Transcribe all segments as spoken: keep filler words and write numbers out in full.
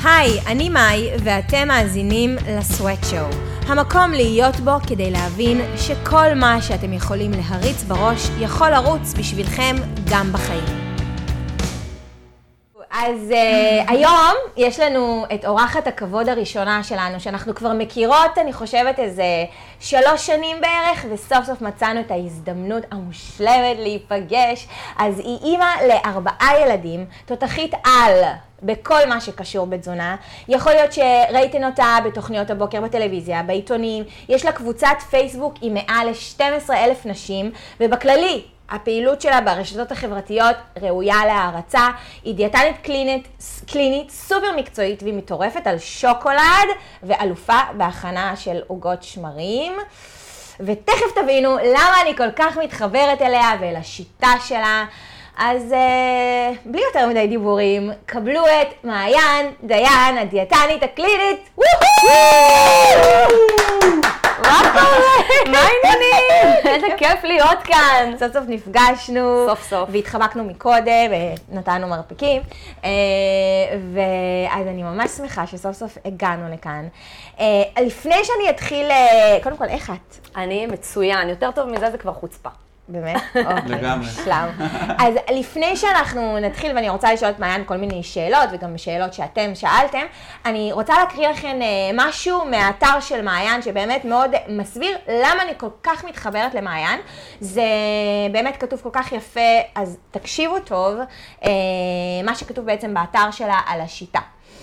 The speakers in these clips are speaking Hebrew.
היי, אני מאי, ואתם מאזינים לסוואט שואו. המקום להיות בו כדי להבין שכל מה שאתם יכולים להריץ בראש יכול לרוץ בשבילכם גם בחיים. אז uh, היום יש לנו את אורחת הכבוד הראשונה שלנו, שאנחנו כבר מכירות, אני חושבת, איזה שלוש שנים בערך, וסוף סוף מצאנו את ההזדמנות המושלמת להיפגש. אז היא אימא לארבעה ילדים, תותחית על בכל מה שקשור בתזונה. יכול להיות שראיתן אותה בתוכניות הבוקר בטלוויזיה, בעיתונים. יש לה קבוצת פייסבוק עם מעל ל-שנים עשר אלף נשים, ובכללי, הפעילות שלה ברשתות החברתיות ראויה להערצה. היא דיאטנית קלינית, קלינית סופר מקצועית, והיא מטורפת על שוקולד ואלופה בהכנה של עוגות שמרים. ותכף תבינו למה אני כל כך מתחברת אליה ואל השיטה שלה. אז uh, בלי יותר מדי דיבורים, קבלו את מעיין דיין, הדיאטנית הקלינית. מה קורה? מה העניינים? איזה כיף להיות כאן. סוף סוף נפגשנו. סוף סוף. והתחבקנו מקודם, ונתנו מרפקים. ואז אני ממש שמחה שסוף סוף הגענו לכאן. לפני שאני אתחיל, קודם כל, איך את? אני מצוין. יותר טוב מזה זה כבר חוצפה. באמת? לגמרי. שלב. אז לפני שאנחנו נתחיל, ואני רוצה לשאול את מעיין כל מיני שאלות, וגם שאלות שאתם שאלתם, אני רוצה להקריא לכם משהו מהאתר של מעיין, שבאמת מאוד מסביר למה אני כל כך מתחברת למעיין. זה באמת כתוב כל כך יפה, אז תקשיבו טוב, מה שכתוב בעצם באתר שלה על השיטה.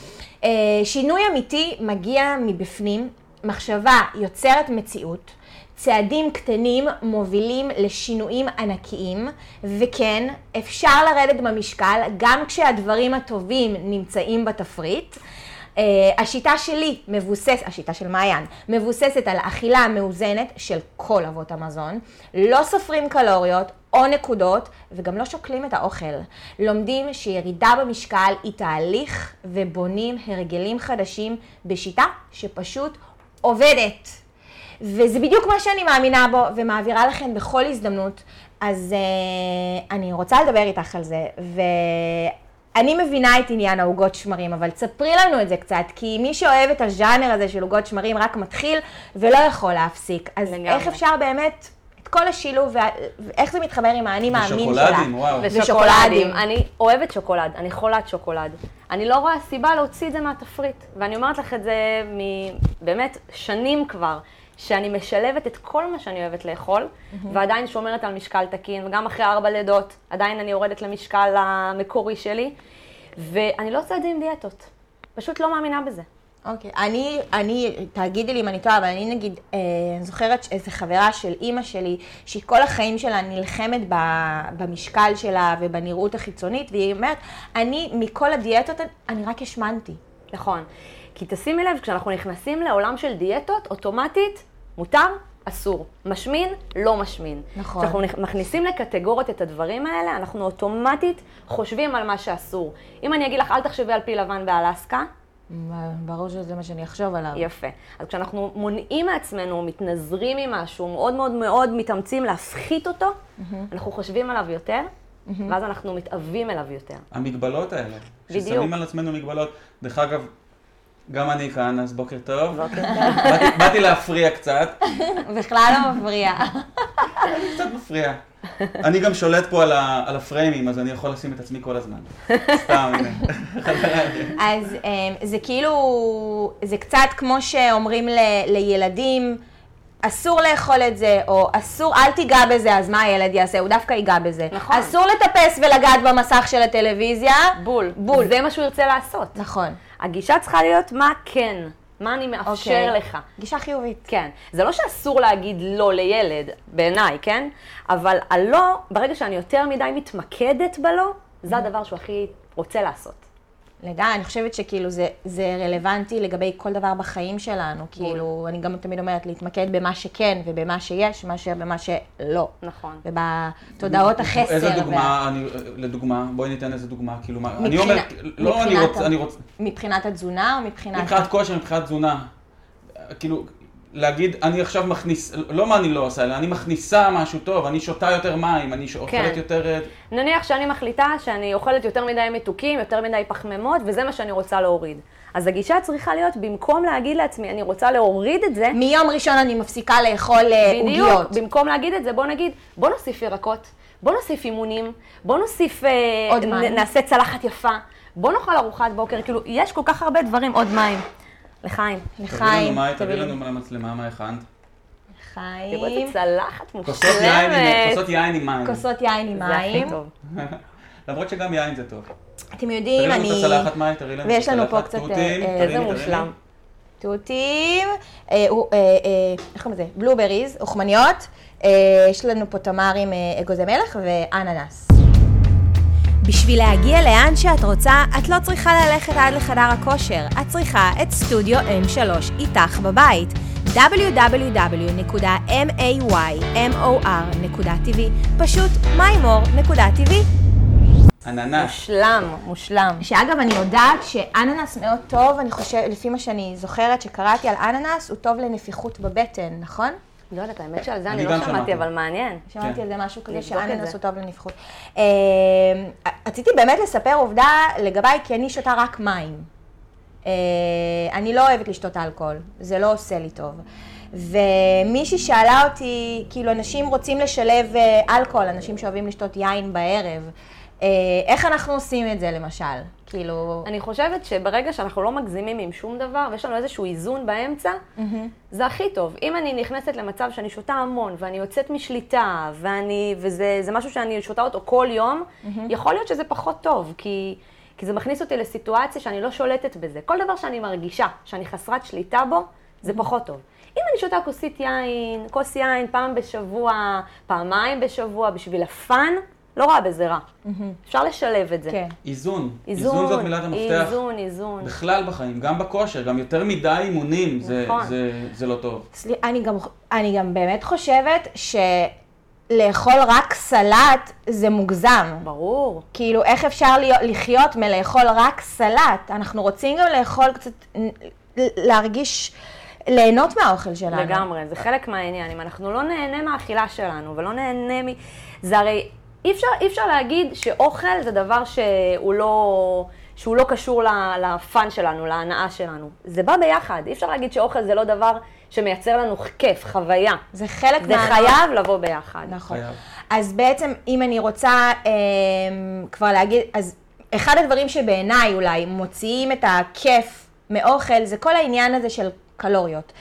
שינוי אמיתי מגיע מבפנים, מחשבה יוצרת מציאות, צעדים קטנים מובילים לשינויים ענקיים, וכן, אפשר לרדת במשקל גם כשהדברים הטובים נמצאים בתפריט. Uh, השיטה שלי מבוסס, השיטה של מעיין, מבוססת על אכילה מאוזנת של כל אבות המזון, לא סופרים קלוריות או נקודות, וגם לא שוקלים את האוכל. לומדים שירידה במשקל היא תהליך, ובונים הרגלים חדשים בשיטה שפשוט עובדת. וזה בדיוק מה שאני מאמינה בו ומעבירה לכם בכל הזדמנות. אז uh, אני רוצה לדבר איתך על זה, ואני מבינה את עניין העוגות שמרים, אבל תספרי לנו את זה קצת, כי מי שאוהב את הז'אנר הזה של עוגות שמרים רק מתחיל ולא יכול להפסיק. אז לגמרי. איך אפשר באמת את כל השילוב, ואיך זה מתחבר עם האני מאמין שלה? ושוקולדים, וואו. ושוקולדים. אני אוהבת שוקולד, אני חולת שוקולד. אני לא רואה סיבה להוציא את זה מהתפריט, ואני אומרת לך את זה באמת שנים כבר. שאני משלבת את כל מה שאני אוהבת לאכול, mm-hmm. ועדיין שומרת על משקל תקין, וגם אחרי ארבע לידות, עדיין אני יורדת למשקל המקורי שלי, ואני לא עושה את זה עם דיאטות. פשוט לא מאמינה בזה. אוקיי, okay. אני, אני, תגידי לי אם אני טועה, אבל אני נגיד, אה, זוכרת איזו חברה של אימא שלי, שהיא כל החיים שלה נלחמת ב, במשקל שלה ובנראות החיצונית, והיא אומרת, אני מכל הדיאטות, אני רק השמנתי. נכון. כי תשימי לב, כשאנחנו נכנסים לעולם של דיאטות, אוטומטית, מותר, אסור. משמין, לא משמין. נכון. כשאנחנו מכניסים לקטגוריות את הדברים האלה, אנחנו אוטומטית חושבים על מה שאסור. אם אני אגיד לך, אל תחשבי על פיל לבן באלסקה. ברור שזה מה שאני אחשוב עליו. יפה. אז כשאנחנו מונעים מעצמנו, מתנזרים ממשהו, מאוד מאוד מאוד מתאמצים להפחית אותו, mm-hmm. אנחנו חושבים עליו יותר, mm-hmm. ואז אנחנו מתאבים אליו יותר. המגבלות האלה. בדיוק. ששמים על עצמנו מגבלות. דרך אגב, גם אני כאן, אז בוקר טוב. בוקר טוב. באתי, באתי להפריע קצת. בכלל לא מפריע. אני קצת מפריע. אני גם שולט פה על, ה, על הפריימים, אז אני יכול לשים את עצמי כל הזמן. סתם, הנה. אז זה כאילו, זה קצת כמו שאומרים ל, לילדים, אסור לאכול את זה, או אסור, אל תיגע בזה, אז מה הילד יעשה? הוא דווקא ייגע בזה. נכון. אסור לטפס ולגעת במסך של הטלוויזיה. בול. בול. זה מה שהוא ירצה לעשות. נכון. הגישה צריכה להיות מה כן, מה אני מאפשר okay. לך. גישה חיובית. כן. זה לא שאסור להגיד לא לילד, בעיניי, כן? אבל הלא, ברגע שאני יותר מדי מתמקדת בלא, זה הדבר שהוא הכי רוצה לעשות. לגמרי, אני חושבת שכאילו זה, זה רלוונטי לגבי כל דבר בחיים שלנו. כאילו, אני גם תמיד אומרת להתמקד במה שכן ובמה שיש, מאשר במה שלא. נכון. ובתודעות החסר. איזה דוגמה, אני, לדוגמה, בואי ניתן איזה דוגמה, כאילו מה, מבחינת, אני אומר, לא אני רוצה, אני רוצה. מבחינת התזונה או מבחינת? מבחינת כושר, מבחינת תזונה. כאילו, להגיד, אני עכשיו מכניס, לא מה אני לא עושה, אלא אני מכניסה משהו טוב, אני שותה יותר מים, אני אוכלת כן. יותר... נניח שאני מחליטה שאני אוכלת יותר מדי מתוקים, יותר מדי פחמימות, וזה מה שאני רוצה להוריד. אז הגישה צריכה להיות, במקום להגיד לעצמי, אני רוצה להוריד את זה... מיום ראשון אני מפסיקה לאכול עוגיות. בדיוק, במקום להגיד את זה, בוא נגיד, בוא נוסיף ירקות, בוא נוסיף אימונים, בוא נוסיף... עוד מים. נעשה צלחת יפה, בוא נאכל ארוחת בוקר, כאילו, יש כל כך הרבה דברים, עוד מים. לחיים. לחיים. תביא לנו למצלמה מה הכנת. לחיים. תראו איזה צלחת מושלמת. כוסות יין עם מים. כוסות יין עם מים. זה הכי טוב. למרות שגם יין זה טוב. אתם יודעים, אני... תראי לנו את הצלחת מים, תראי לנו את ויש לנו פה הצלחת קצת... תותים. איזה מושלם. תותים, איך קוראים לזה? בלובריז, אוכמניות. יש לנו פה תמר עם אגוזי מלך ואננס. בשביל להגיע לאן שאת רוצה, את לא צריכה ללכת עד לחדר הכושר. את צריכה את סטודיו אם שלוש איתך בבית. דאבליו דאבליו דאבליו נקודה מיymor נקודה טי וי, פשוט מימור נקודה טי וי. אננס. מושלם, מושלם. שאגב, אני יודעת שאננס מאוד טוב, אני חושבת, לפי מה שאני זוכרת שקראתי על אננס, הוא טוב לנפיחות בבטן, נכון? לא יודעת, האמת שעל זה אני אני גם לא שמעתי. שמעתי, אבל מעניין. שמעתי על זה משהו כזה, נבדוק את שאננס זה. הוא טוב לנפיחות. אה, רציתי באמת לספר עובדה לגביי, כי אני שותה רק מים. אה, אני לא אוהבת לשתות אלכוהול, זה לא עושה לי טוב. ומישהי שאלה אותי, כאילו אנשים רוצים לשלב אה, אלכוהול, אנשים שאוהבים לשתות יין בערב. אה, איך אנחנו עושים את זה למשל? כאילו... אני חושבת שברגע שאנחנו לא מגזימים עם שום דבר, ויש לנו איזשהו איזון באמצע, זה הכי טוב. אם אני נכנסת למצב שאני שותה המון, ואני יוצאת משליטה, ואני, וזה זה משהו שאני שותה אותו כל יום, יכול להיות שזה פחות טוב, כי, כי זה מכניס אותי לסיטואציה שאני לא שולטת בזה. כל דבר שאני מרגישה, שאני חסרת שליטה בו, זה פחות טוב. אם אני שותה כוסית יין, כוס יין פעם בשבוע, פעמיים בשבוע, בשביל הפן, לא רואה בזה רע. אפשר לשלב את זה. כן. איזון. איזון, איזון זאת מילת המפתח. איזון, איזון. בכלל בחיים, גם בכושר, גם יותר מדי אימונים, זה, נכון. זה, זה לא טוב. סליחה, אני גם, אני גם באמת חושבת שלאכול רק סלט זה מוגזם. ברור. כאילו, איך אפשר להיות, לחיות מלאכול רק סלט? אנחנו רוצים גם לאכול קצת, להרגיש, ליהנות מהאוכל שלנו. לגמרי, זה חלק מהעניין. אם אנחנו לא נהנה מהאכילה שלנו, ולא נהנה מ... זה הרי... אי אפשר, אי אפשר להגיד שאוכל זה דבר שהוא לא, שהוא לא קשור לפן שלנו, להנאה שלנו. זה בא ביחד. אי אפשר להגיד שאוכל זה לא דבר שמייצר לנו כיף, חוויה. זה חלק זה מה... חייב לבוא ביחד. נכון. חייב. אז בעצם, אם אני רוצה אה, כבר להגיד, אז אחד הדברים שבעיניי אולי מוציאים את הכיף מאוכל, זה כל העניין הזה של קלוריות,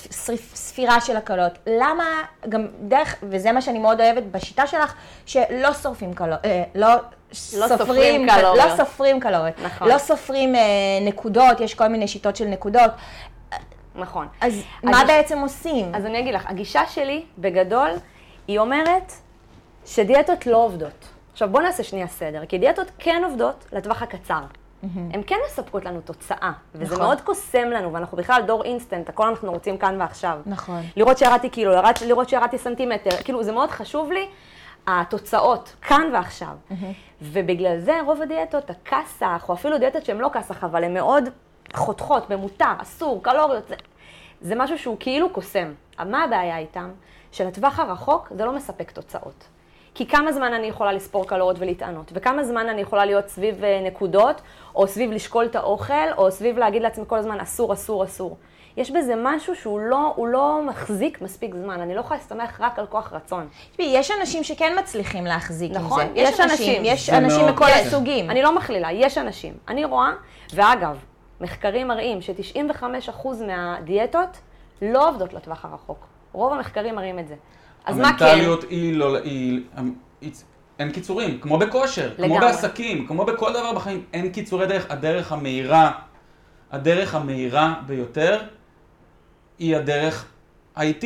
הספירה של הקלוריות. למה גם דרך, וזה מה שאני מאוד אוהבת בשיטה שלך, שלא שורפים קלוריות, אה, לא, לא סופרים, סופרים קלוריות. לא סופרים קלוריות. נכון. לא סופרים אה, נקודות, יש כל מיני שיטות של נקודות. נכון. אז מה בעצם עושים? אז אני אגיד לך, הגישה שלי בגדול, היא אומרת שדיאטות לא עובדות. עכשיו בוא נעשה שנייה סדר, כי דיאטות כן עובדות לטווח הקצר. הן כן מספקות לנו תוצאה, וזה נכון. מאוד קוסם לנו, ואנחנו בכלל דור אינסטנט, הכל אנחנו רוצים כאן ועכשיו. נכון. לראות שירדתי קילו, לראות, לראות שירדתי סנטימטר, כאילו זה מאוד חשוב לי, התוצאות, כאן ועכשיו. ובגלל זה רוב הדיאטות, הכסח, או אפילו דיאטות שהן לא כסח, אבל הן מאוד חותכות, במותר, אסור, קלוריות, זה, זה משהו שהוא כאילו קוסם. אבל מה הבעיה איתם? שלטווח הרחוק זה לא מספק תוצאות. כי כמה זמן אני יכולה לספור קלוריות ולהתענות, וכמה זמן אני יכולה להיות סביב נקודות, או סביב לשקול את האוכל, או סביב להגיד לעצמי כל הזמן אסור, אסור, אסור. יש בזה משהו שהוא לא, הוא לא מחזיק מספיק זמן, אני לא יכולה להסתמך רק על כוח רצון. יש אנשים שכן מצליחים להחזיק נכון, עם זה. יש אנשים. יש זה אנשים מאוד מכל קשה. הסוגים. אני לא מכלילה, יש אנשים. אני רואה, ואגב, מחקרים מראים ש-תשעים וחמישה אחוז מהדיאטות לא עובדות לטווח הרחוק. רוב המחקרים מראים את זה. אז מה כן? המנטליות היא לא, היא, היא, אין קיצורים, כמו בכושר, לגמרי. כמו בעסקים, כמו בכל דבר בחיים, אין קיצורי דרך. הדרך המהירה, הדרך המהירה ביותר היא הדרך האיטית.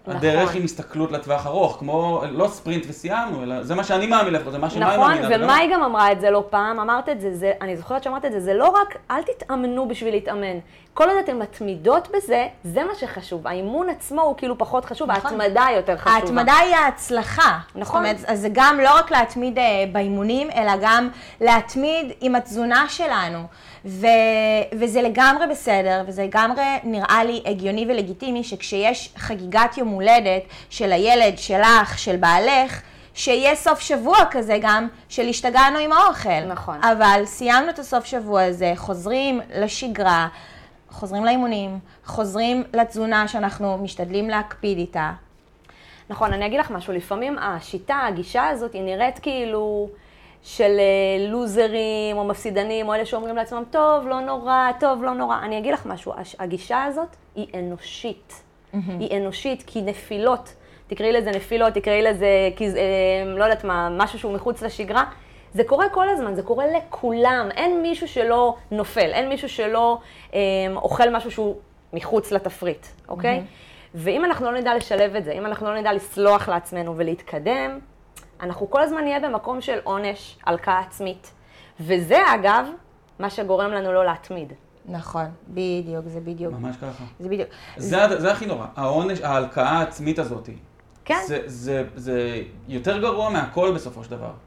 הדרך עם הסתכלות לטווח ארוך, כמו לא ספרינט וסיימנו, אלא זה מה שאני מאמין לפחות, זה מה שמאי נכון, מאמינה. ומאי גם אמרה את זה לא פעם, אמרת את זה, זה, אני זוכרת שאמרת את זה, זה לא רק, אל תתאמנו בשביל להתאמן. כל עוד אתם מתמידות בזה, זה מה שחשוב. האימון עצמו הוא כאילו פחות חשוב, נכון. ההתמדה היא יותר חשובה. ההתמדה היא ההצלחה. נכון. זאת אומרת, אז זה גם לא רק להתמיד באימונים, אלא גם להתמיד עם התזונה שלנו. ו... וזה לגמרי בסדר, וזה לגמרי נראה לי הגיוני ולגיטימי, שכשיש חגיגת יום הולדת של הילד, שלך, של בעלך, שיהיה סוף שבוע כזה גם של השתגענו עם האוכל. נכון. אבל סיימנו את הסוף שבוע הזה, חוזרים לשגרה, חוזרים לאימונים, חוזרים לתזונה שאנחנו משתדלים להקפיד איתה. נכון, אני אגיד לך משהו, לפעמים השיטה, הגישה הזאת, היא נראית כאילו של לוזרים או מפסידנים, או אלה שאומרים לעצמם, טוב, לא נורא, טוב, לא נורא. אני אגיד לך משהו, הגישה הזאת היא אנושית. Mm-hmm. היא אנושית, כי נפילות, תקראי לזה נפילות, תקראי לזה, כי, לא יודעת מה, משהו שהוא מחוץ לשגרה, זה קורה כל הזמן, זה קורה לכולם. אין מישהו שלא נופל, אין מישהו שלא אה, אוכל משהו שהוא מחוץ לתפריט, אוקיי? Mm-hmm. ואם אנחנו לא נדע לשלב את זה, אם אנחנו לא נדע לסלוח לעצמנו ולהתקדם, אנחנו כל הזמן נהיה במקום של עונש, הלקאה עצמית. וזה אגב, מה שגורם לנו לא להתמיד. נכון, בדיוק, זה בדיוק. ממש ככה. זה בדיוק. זה, זה, זה הכי נורא, העונש, ההלקאה העצמית הזאת. כן. זה, זה, זה יותר גרוע מהכל בסופו של דבר.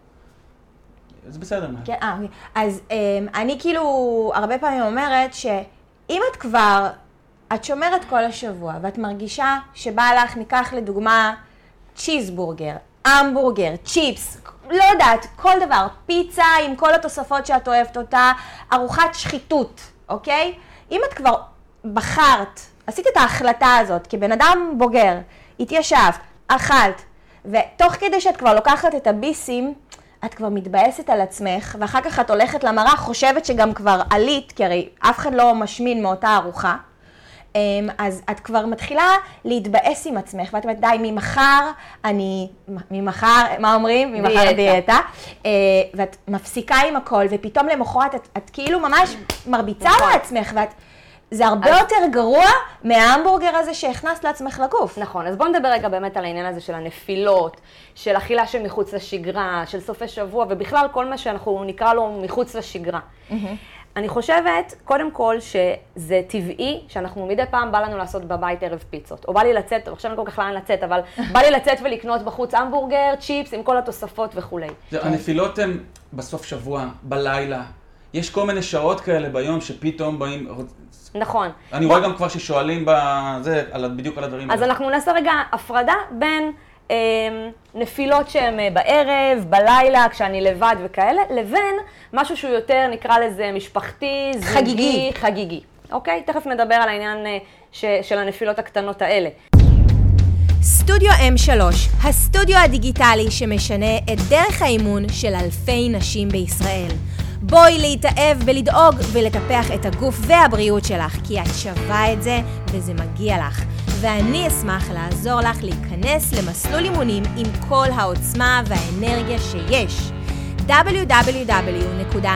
זה בסדר. כן, אה, אז אני כאילו הרבה פעמים אומרת שאם את כבר, את שומרת כל השבוע ואת מרגישה שבא לך, ניקח לדוגמה צ'יזבורגר, המבורגר, צ'יפס, לא יודעת, כל דבר, פיצה עם כל התוספות שאת אוהבת אותה, ארוחת שחיתות, אוקיי? אם את כבר בחרת, עשית את ההחלטה הזאת כבן אדם בוגר, התיישבת, אכלת, ותוך כדי שאת כבר לוקחת את הביסים, את כבר מתבאסת על עצמך, ואחר כך את הולכת למראה, חושבת שגם כבר עלית, כי הרי אף אחד לא משמין מאותה ארוחה, אז את כבר מתחילה להתבאס עם עצמך, ואת אומרת, די, ממחר אני, ממחר, מה אומרים? ממחר דיאטה. ואת מפסיקה עם הכל, ופתאום למחרת את, את כאילו ממש מרביצה לעצמך, ואת, זה הרבה יותר גרוע מההמבורגר הזה שהכנסת לעצמך לגוף. נכון, אז בואו נדבר רגע באמת על העניין הזה של הנפילות, של אכילה שמחוץ לשגרה, של סופי שבוע, ובכלל כל מה שאנחנו נקרא לו מחוץ לשגרה. אני חושבת, קודם כל, שזה טבעי, שאנחנו מדי פעם בא לנו לעשות בבית ערב פיצות. או בא לי לצאת, עכשיו אני כל כך לאן לצאת, אבל בא לי לצאת ולקנות בחוץ המבורגר, צ'יפס, עם כל התוספות וכולי. הנפילות הן בסוף שבוע, בלילה. יש כל מיני שעות כאלה ביום שפתאום באים... נכון. אני רואה גם כבר ששואלים בזה, בדיוק על הדברים האלה. אז אנחנו נעשה רגע הפרדה בין נפילות שהן בערב, בלילה, כשאני לבד וכאלה, לבין משהו שהוא יותר, נקרא לזה, משפחתי, זוגי, חגיגי. חגיגי. אוקיי? תכף נדבר על העניין ש, של הנפילות הקטנות האלה. סטודיו אם שלוש, הסטודיו הדיגיטלי שמשנה את דרך האימון של אלפי נשים בישראל. בואי להתאהב ולדאוג ולטפח את הגוף והבריאות שלך, כי את שווה את זה וזה מגיע לך. ואני אשמח לעזור לך להיכנס למסלול אימונים עם כל העוצמה והאנרגיה שיש. דאבליו דאבליו דאבליו נקודה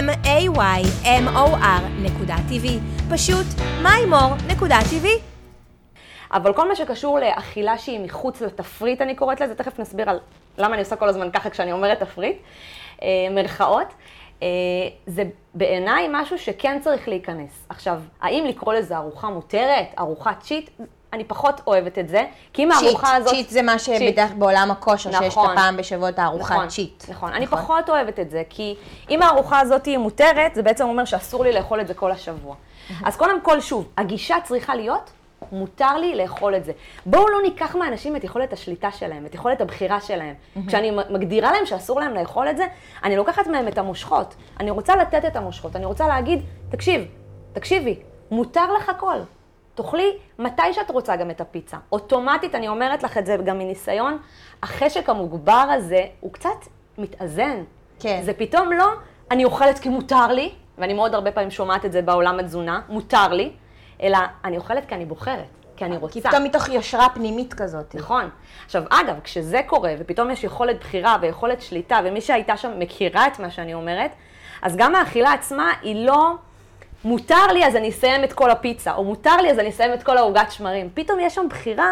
מיymor נקודה טי וי, פשוט מיymor נקודה טי וי. אבל כל מה שקשור לאכילה שהיא מחוץ לתפריט, אני קוראת לזה, תכף נסביר על למה אני עושה כל הזמן ככה כשאני אומרת תפריט, מרכאות. זה בעיניי משהו שכן צריך להיכנס. עכשיו, האם לקרוא לזה ארוחה מותרת, ארוחת צ'יט? אני פחות אוהבת את זה, כי אם הארוחה הזאת... צ'יט זה מה שבדרך בעולם הכושר, שיש את הפעם בשבועות הארוחת צ'יט. נכון, אני פחות אוהבת את זה, כי אם הארוחה הזאת היא מותרת, זה בעצם אומר שאסור לי לאכול את זה כל השבוע. אז קודם כל, שוב, הגישה צריכה להיות, מותר לי לאכול את זה. בואו לא ניקח מאנשים את יכולת השליטה שלהם, את יכולת הבחירה שלהם. כשאני מגדירה להם שאסור להם לאכול את זה, אני לוקחת מהם את המושכות. אני רוצה לתת את המושכות. אני רוצה להגיד, תקשיב, תקשיבי, מותר לך הכל. תאכלי מתי שאת רוצה גם את הפיצה. אוטומטית, אני אומרת לך את זה גם מניסיון, החשק המוגבר הזה הוא קצת מתאזן. כן. זה פתאום לא, אני אוכלת כי מותר לי, ואני מאוד הרבה פעמים שומעת את זה בעולם התזונה, מותר לי, אלא אני אוכלת כי אני בוחרת, כי אני רוצה. כי פתאום מתוך יושרה פנימית כזאת. נכון. עכשיו, אגב, כשזה קורה, ופתאום יש יכולת בחירה ויכולת שליטה, ומי שהייתה שם מכירה את מה שאני אומרת, אז גם האכילה עצמה היא לא, מותר לי אז אני אסיים את כל הפיצה, או מותר לי אז אני אסיים את כל העוגת שמרים. פתאום יש שם בחירה,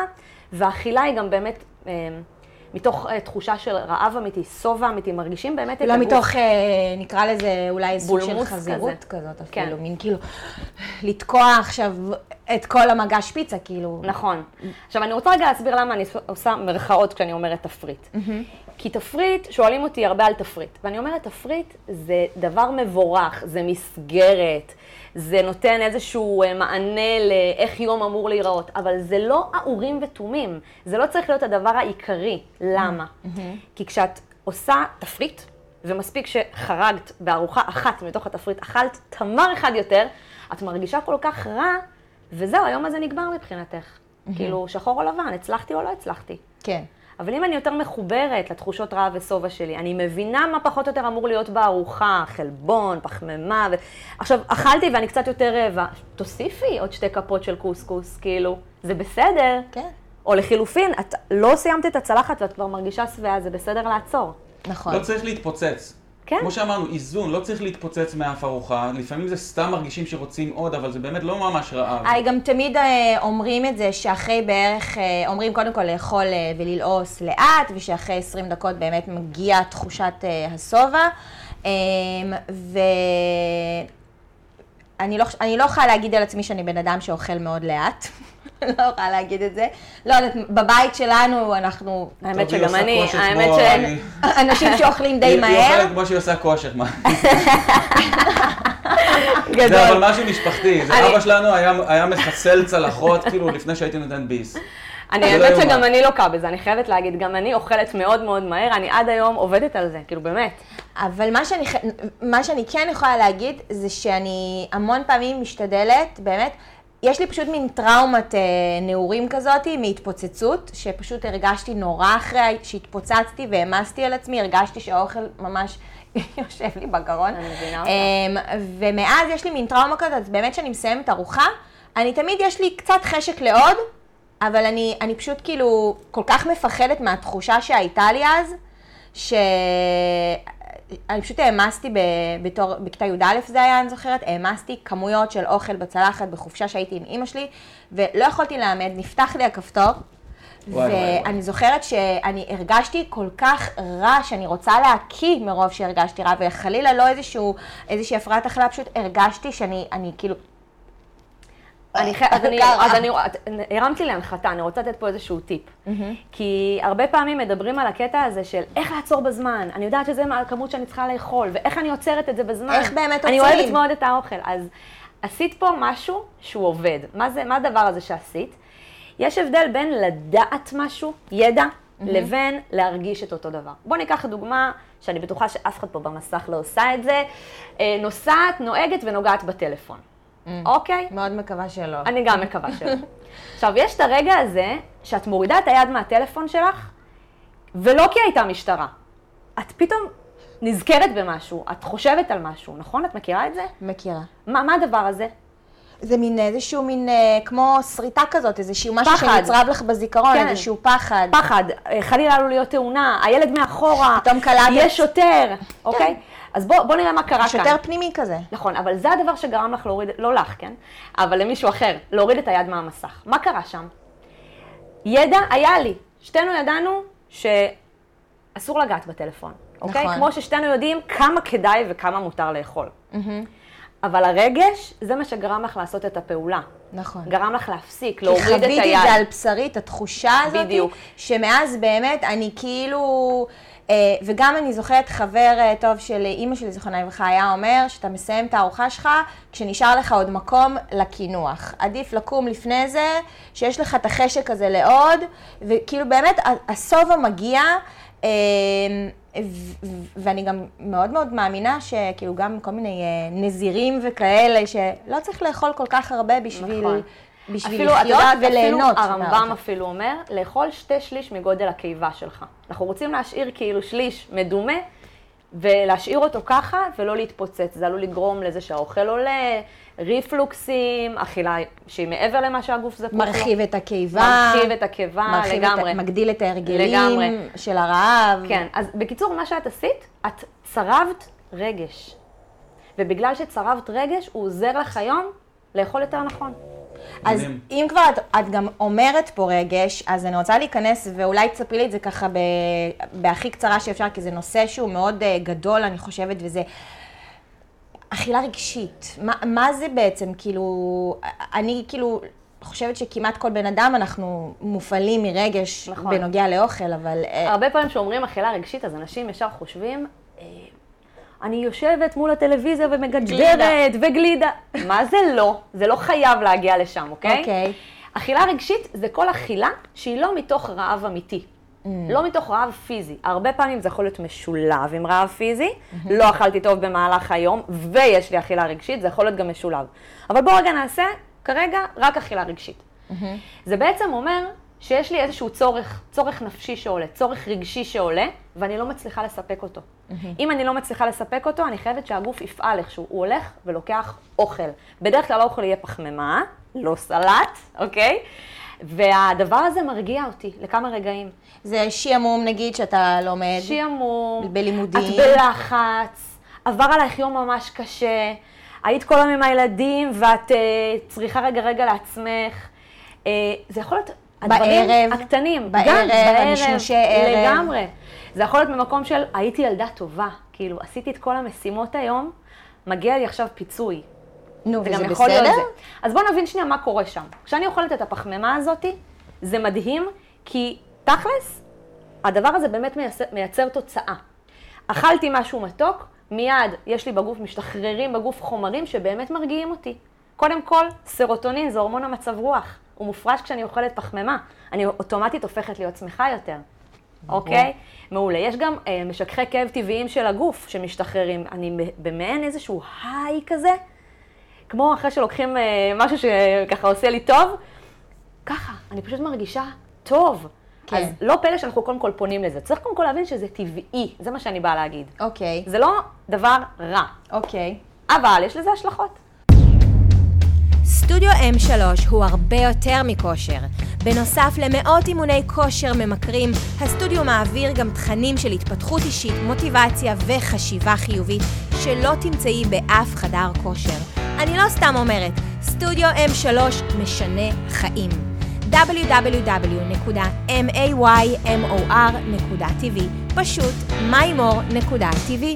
והאכילה היא גם באמת מתוך תחושה של רעב אמיתי, סובה אמיתי, מרגישים באמת את הגוף. הגוף. לא מתוך, נקרא לזה אולי סוג של חזירות כזאת אפילו, מין כאילו, לתקוע עכשיו את כל המגש פיצה, כאילו. נכון. עכשיו, אני רוצה רגע להסביר למה אני עושה מרכאות כשאני אומרת תפריט. כי תפריט, שואלים אותי הרבה על תפריט, ואני אומרת, תפריט זה דבר מבורך, זה מסגרת, זה נותן איזשהו מענה לאיך יום אמור להיראות, אבל זה לא אורים ותומים, זה לא צריך להיות הדבר העיקרי. למה? כי כשאת עושה תפריט, ומספיק שחרגת בארוחה אחת מתוך התפריט, אכלת תמר אחד יותר, את מרגישה כל כך רע, וזהו, היום הזה נגמר מבחינתך. כאילו, שחור או לבן, הצלחתי או לא הצלחתי. כן. אבל אם אני יותר מחוברת לתחושות רעב וסובה שלי, אני מבינה מה פחות או יותר אמור להיות בארוחה, חלבון, פחמימה, ו... עכשיו, אכלתי ואני קצת יותר רעבה, תוסיפי עוד שתי כפות של קוסקוס, כאילו, זה בסדר. כן. או לחילופין, את לא סיימת את הצלחת ואת כבר מרגישה שבעה, זה בסדר לעצור. נכון. לא צריך להתפוצץ. כן. כמו שאמרנו, איזון, לא צריך להתפוצץ מאף ארוחה, לפעמים זה סתם מרגישים שרוצים עוד, אבל זה באמת לא ממש רעב. היי, גם תמיד אומרים את זה שאחרי בערך, אומרים קודם כל לאכול וללעוס לאט, ושאחרי עשרים דקות באמת מגיעה תחושת הסובה, ואני לא, אני לא יכולה להגיד על עצמי שאני בן אדם שאוכל מאוד לאט. לא יכולה להגיד את זה. לא יודעת, בבית שלנו אנחנו... האמת שגם אני, האמת שאין... אנשים שאוכלים די מהר. היא אוכלת כמו שהיא עושה כושר, מה? גדול. זה אבל משהו משפחתי. אבא שלנו היה מחסל צלחות, כאילו, לפני שהייתי נותן ביס. אני האמת שגם אני לוקה בזה, אני חייבת להגיד, גם אני אוכלת מאוד מאוד מהר, אני עד היום עובדת על זה, כאילו באמת. אבל מה שאני, מה שאני כן יכולה להגיד, זה שאני המון פעמים משתדלת, באמת, יש לי פשוט מין טראומת אה, נעורים כזאת, מהתפוצצות, שפשוט הרגשתי נורא אחרי שהתפוצצתי והמסתי על עצמי, הרגשתי שהאוכל ממש יושב לי בגרון. אני מבינה אותה. אה, ומאז יש לי מין טראומה כזאת, אז באמת שאני מסיימת ארוחה, אני תמיד יש לי קצת חשק לעוד, אבל אני, אני פשוט כאילו כל כך מפחדת מהתחושה שהייתה לי אז, ש... אני פשוט העמסתי בתור, בכיתה י"א זה היה, אני זוכרת, העמסתי כמויות של אוכל בצלחת בחופשה שהייתי עם אמא שלי, ולא יכולתי לעמד, נפתח לי הכפתור, ואני זוכרת שאני הרגשתי כל כך רע, שאני רוצה להקיא מרוב שהרגשתי רע, וחלילה לא איזשהו, איזושהי הפרעת אכילה, פשוט הרגשתי שאני, אני כאילו... אני, אז אני, אז אני, הרמת לי להנחתה, אני רוצה לתת פה איזשהו טיפ. כי הרבה פעמים מדברים על הקטע הזה של איך לעצור בזמן. אני יודעת שזה הכמות שאני צריכה לאכול, ואיך אני עוצרת את זה בזמן. איך באמת עוצרים? אני אוהבת מאוד את האוכל. אז עשית פה משהו שהוא עובד. מה זה, מה הדבר הזה שעשית? יש הבדל בין לדעת משהו, ידע, לבין להרגיש את אותו דבר. בוא ניקח דוגמה שאני בטוחה שאף אחד פה במסך לא עושה את זה. נוסעת, נוהגת ונוגעת בטלפון. אוקיי? מאוד מקווה שלא. אני גם מקווה שלא. עכשיו, יש את הרגע הזה שאת מורידה את היד מהטלפון שלך, ולא כי הייתה משטרה. את פתאום נזכרת במשהו, את חושבת על משהו, נכון? את מכירה את זה? מכירה. מה, מה הדבר הזה? זה מין איזשהו מין, כמו שריטה כזאת, איזשהו משהו פחד. שנצרב לך בזיכרון, כן. איזשהו פחד. פחד, חלילה עלול להיות תאונה, הילד מאחורה, פתאום קלטת. יש שוטר, אוקיי? אז בוא, בוא נראה מה קרה כאן. שוטר פנימי כזה. נכון, אבל זה הדבר שגרם לך להוריד, לא לך, כן? אבל למישהו אחר, להוריד את היד מהמסך. מה קרה שם? ידע היה לי. שתינו ידענו שאסור לגעת בטלפון, אוקיי? נכון. כמו ששתינו יודעים כמה כדאי וכמה מותר לאכול. אבל הרגש, זה מה שגרם לך לעשות את הפעולה. נכון. גרם לך להפסיק, להוריד את היד. כי חוויתי את זה על בשרי, את התחושה הזאת. בדיוק. שמאז באמת אני כאילו... וגם אני זוכרת חבר טוב של אמא שלי, זיכרונה לברכה, היה אומר שאתה מסיים את הארוחה שלך כשנשאר לך עוד מקום לקינוח. עדיף לקום לפני זה, שיש לך את החשק הזה לעוד, וכאילו באמת הסובה מגיע, ואני גם מאוד מאוד מאמינה שכאילו גם כל מיני נזירים וכאלה, שלא צריך לאכול כל כך הרבה בשביל... נכון. בשביל לחיות וליהנות. הרמב"ם אפילו אומר, לאכול שתי שליש מגודל הקיבה שלך. אנחנו רוצים להשאיר כאילו שליש מדומה, ולהשאיר אותו ככה, ולא להתפוצץ. זה עלול לגרום לזה שהאוכל עולה, ריפלוקסים, אכילה שהיא מעבר למה שהגוף זקוק לו. מרחיב את הקיבה. מרחיב את הקיבה, לגמרי. מגדיל את ההרגלים של הרעב. כן, אז בקיצור, מה שאת עשית, את צרבת רגש. ובגלל שצרבת רגש, הוא עוזר לך היום לאכול יותר נכון. אז אם כבר את, את גם אומרת פה רגש, אז אני רוצה להיכנס, ואולי תספרי לי את זה ככה ב, בהכי קצרה שאפשר, כי זה נושא שהוא מאוד uh, גדול, אני חושבת, וזה אכילה רגשית. מה, מה זה בעצם? כאילו, אני כאילו חושבת שכמעט כל בן אדם אנחנו מופעלים מרגש נכון. בנוגע לאוכל, אבל... הרבה פעמים שאומרים אכילה רגשית, אז אנשים ישר חושבים, אני יושבת מול הטלוויזיה ומגדרת וגלידה. מה זה לא? זה לא חייב להגיע לשם, אוקיי? אוקיי. אכילה רגשית זה כל אכילה שהיא לא מתוך רעב אמיתי. Mm. לא מתוך רעב פיזי. הרבה פעמים זה יכול להיות משולב עם רעב פיזי. Mm-hmm. לא אכלתי טוב במהלך היום ויש לי אכילה רגשית, זה יכול להיות גם משולב. אבל בואו רגע נעשה כרגע רק אכילה רגשית. Mm-hmm. זה בעצם אומר שיש לי איזשהו צורך, צורך נפשי שעולה, צורך רגשי שעולה, ואני לא מצליחה לספק אותו. Mm-hmm. אם אני לא מצליחה לספק אותו, אני חייבת שהגוף יפעל איכשהו. הוא הולך ולוקח אוכל. בדרך כלל האוכל יהיה פחמימה, לא סלט, אוקיי? והדבר הזה מרגיע אותי לכמה רגעים. זה שיעמום, נגיד, שאתה לומד. שיעמום. בלימודים. את בלחץ, עבר עלייך יום ממש קשה, היית כל היום עם הילדים ואת uh, צריכה רגע רגע לעצמך. Uh, זה יכול להיות הדברים בערב, הקטנים. בערב, גם בערב, משושי ערב. לגמרי. זה יכול להיות ממקום של הייתי ילדה טובה, כאילו עשיתי את כל המשימות היום, מגיע לי עכשיו פיצוי. נו, זה וזה גם יכול בסדר? להיות זה. אז בואו נבין שנייה מה קורה שם. כשאני אוכלת את הפחמימה הזאת, זה מדהים, כי תכלס, הדבר הזה באמת מייצר, מייצר תוצאה. אכלתי משהו מתוק, מיד יש לי בגוף, משתחררים בגוף חומרים שבאמת מרגיעים אותי. קודם כל, סרוטונין זה הורמון המצב רוח. הוא מופרש כשאני אוכלת פחמימה. אני אוטומטית הופכת להיות שמחה יותר. אוקיי? מעולה. יש גם אה, משככי כאב טבעיים של הגוף שמשתחררים. אני במעין איזשהו היי כזה, כמו אחרי שלוקחים אה, משהו שככה עושה לי טוב, ככה, אני פשוט מרגישה טוב. כן. אז לא פלא שאנחנו קודם כל פונים לזה. צריך קודם כל להבין שזה טבעי, זה מה שאני באה להגיד. אוקיי. זה לא דבר רע. אוקיי. אבל יש לזה השלכות. סטודיו אם שלוש הוא הרבה יותר מכושר. בנוסף למאות אימוני כושר ממכרים, הסטודיו מעביר גם תכנים של התפתחות אישית, מוטיבציה וחשיבה חיובית שלא תמצאי באף חדר כושר. אני לא סתם אומרת, סטודיו אם שלוש משנה חיים. דאבליו דאבליו דאבליו נקודה מיymor נקודה טי וי, פשוט מיymor נקודה טי וי.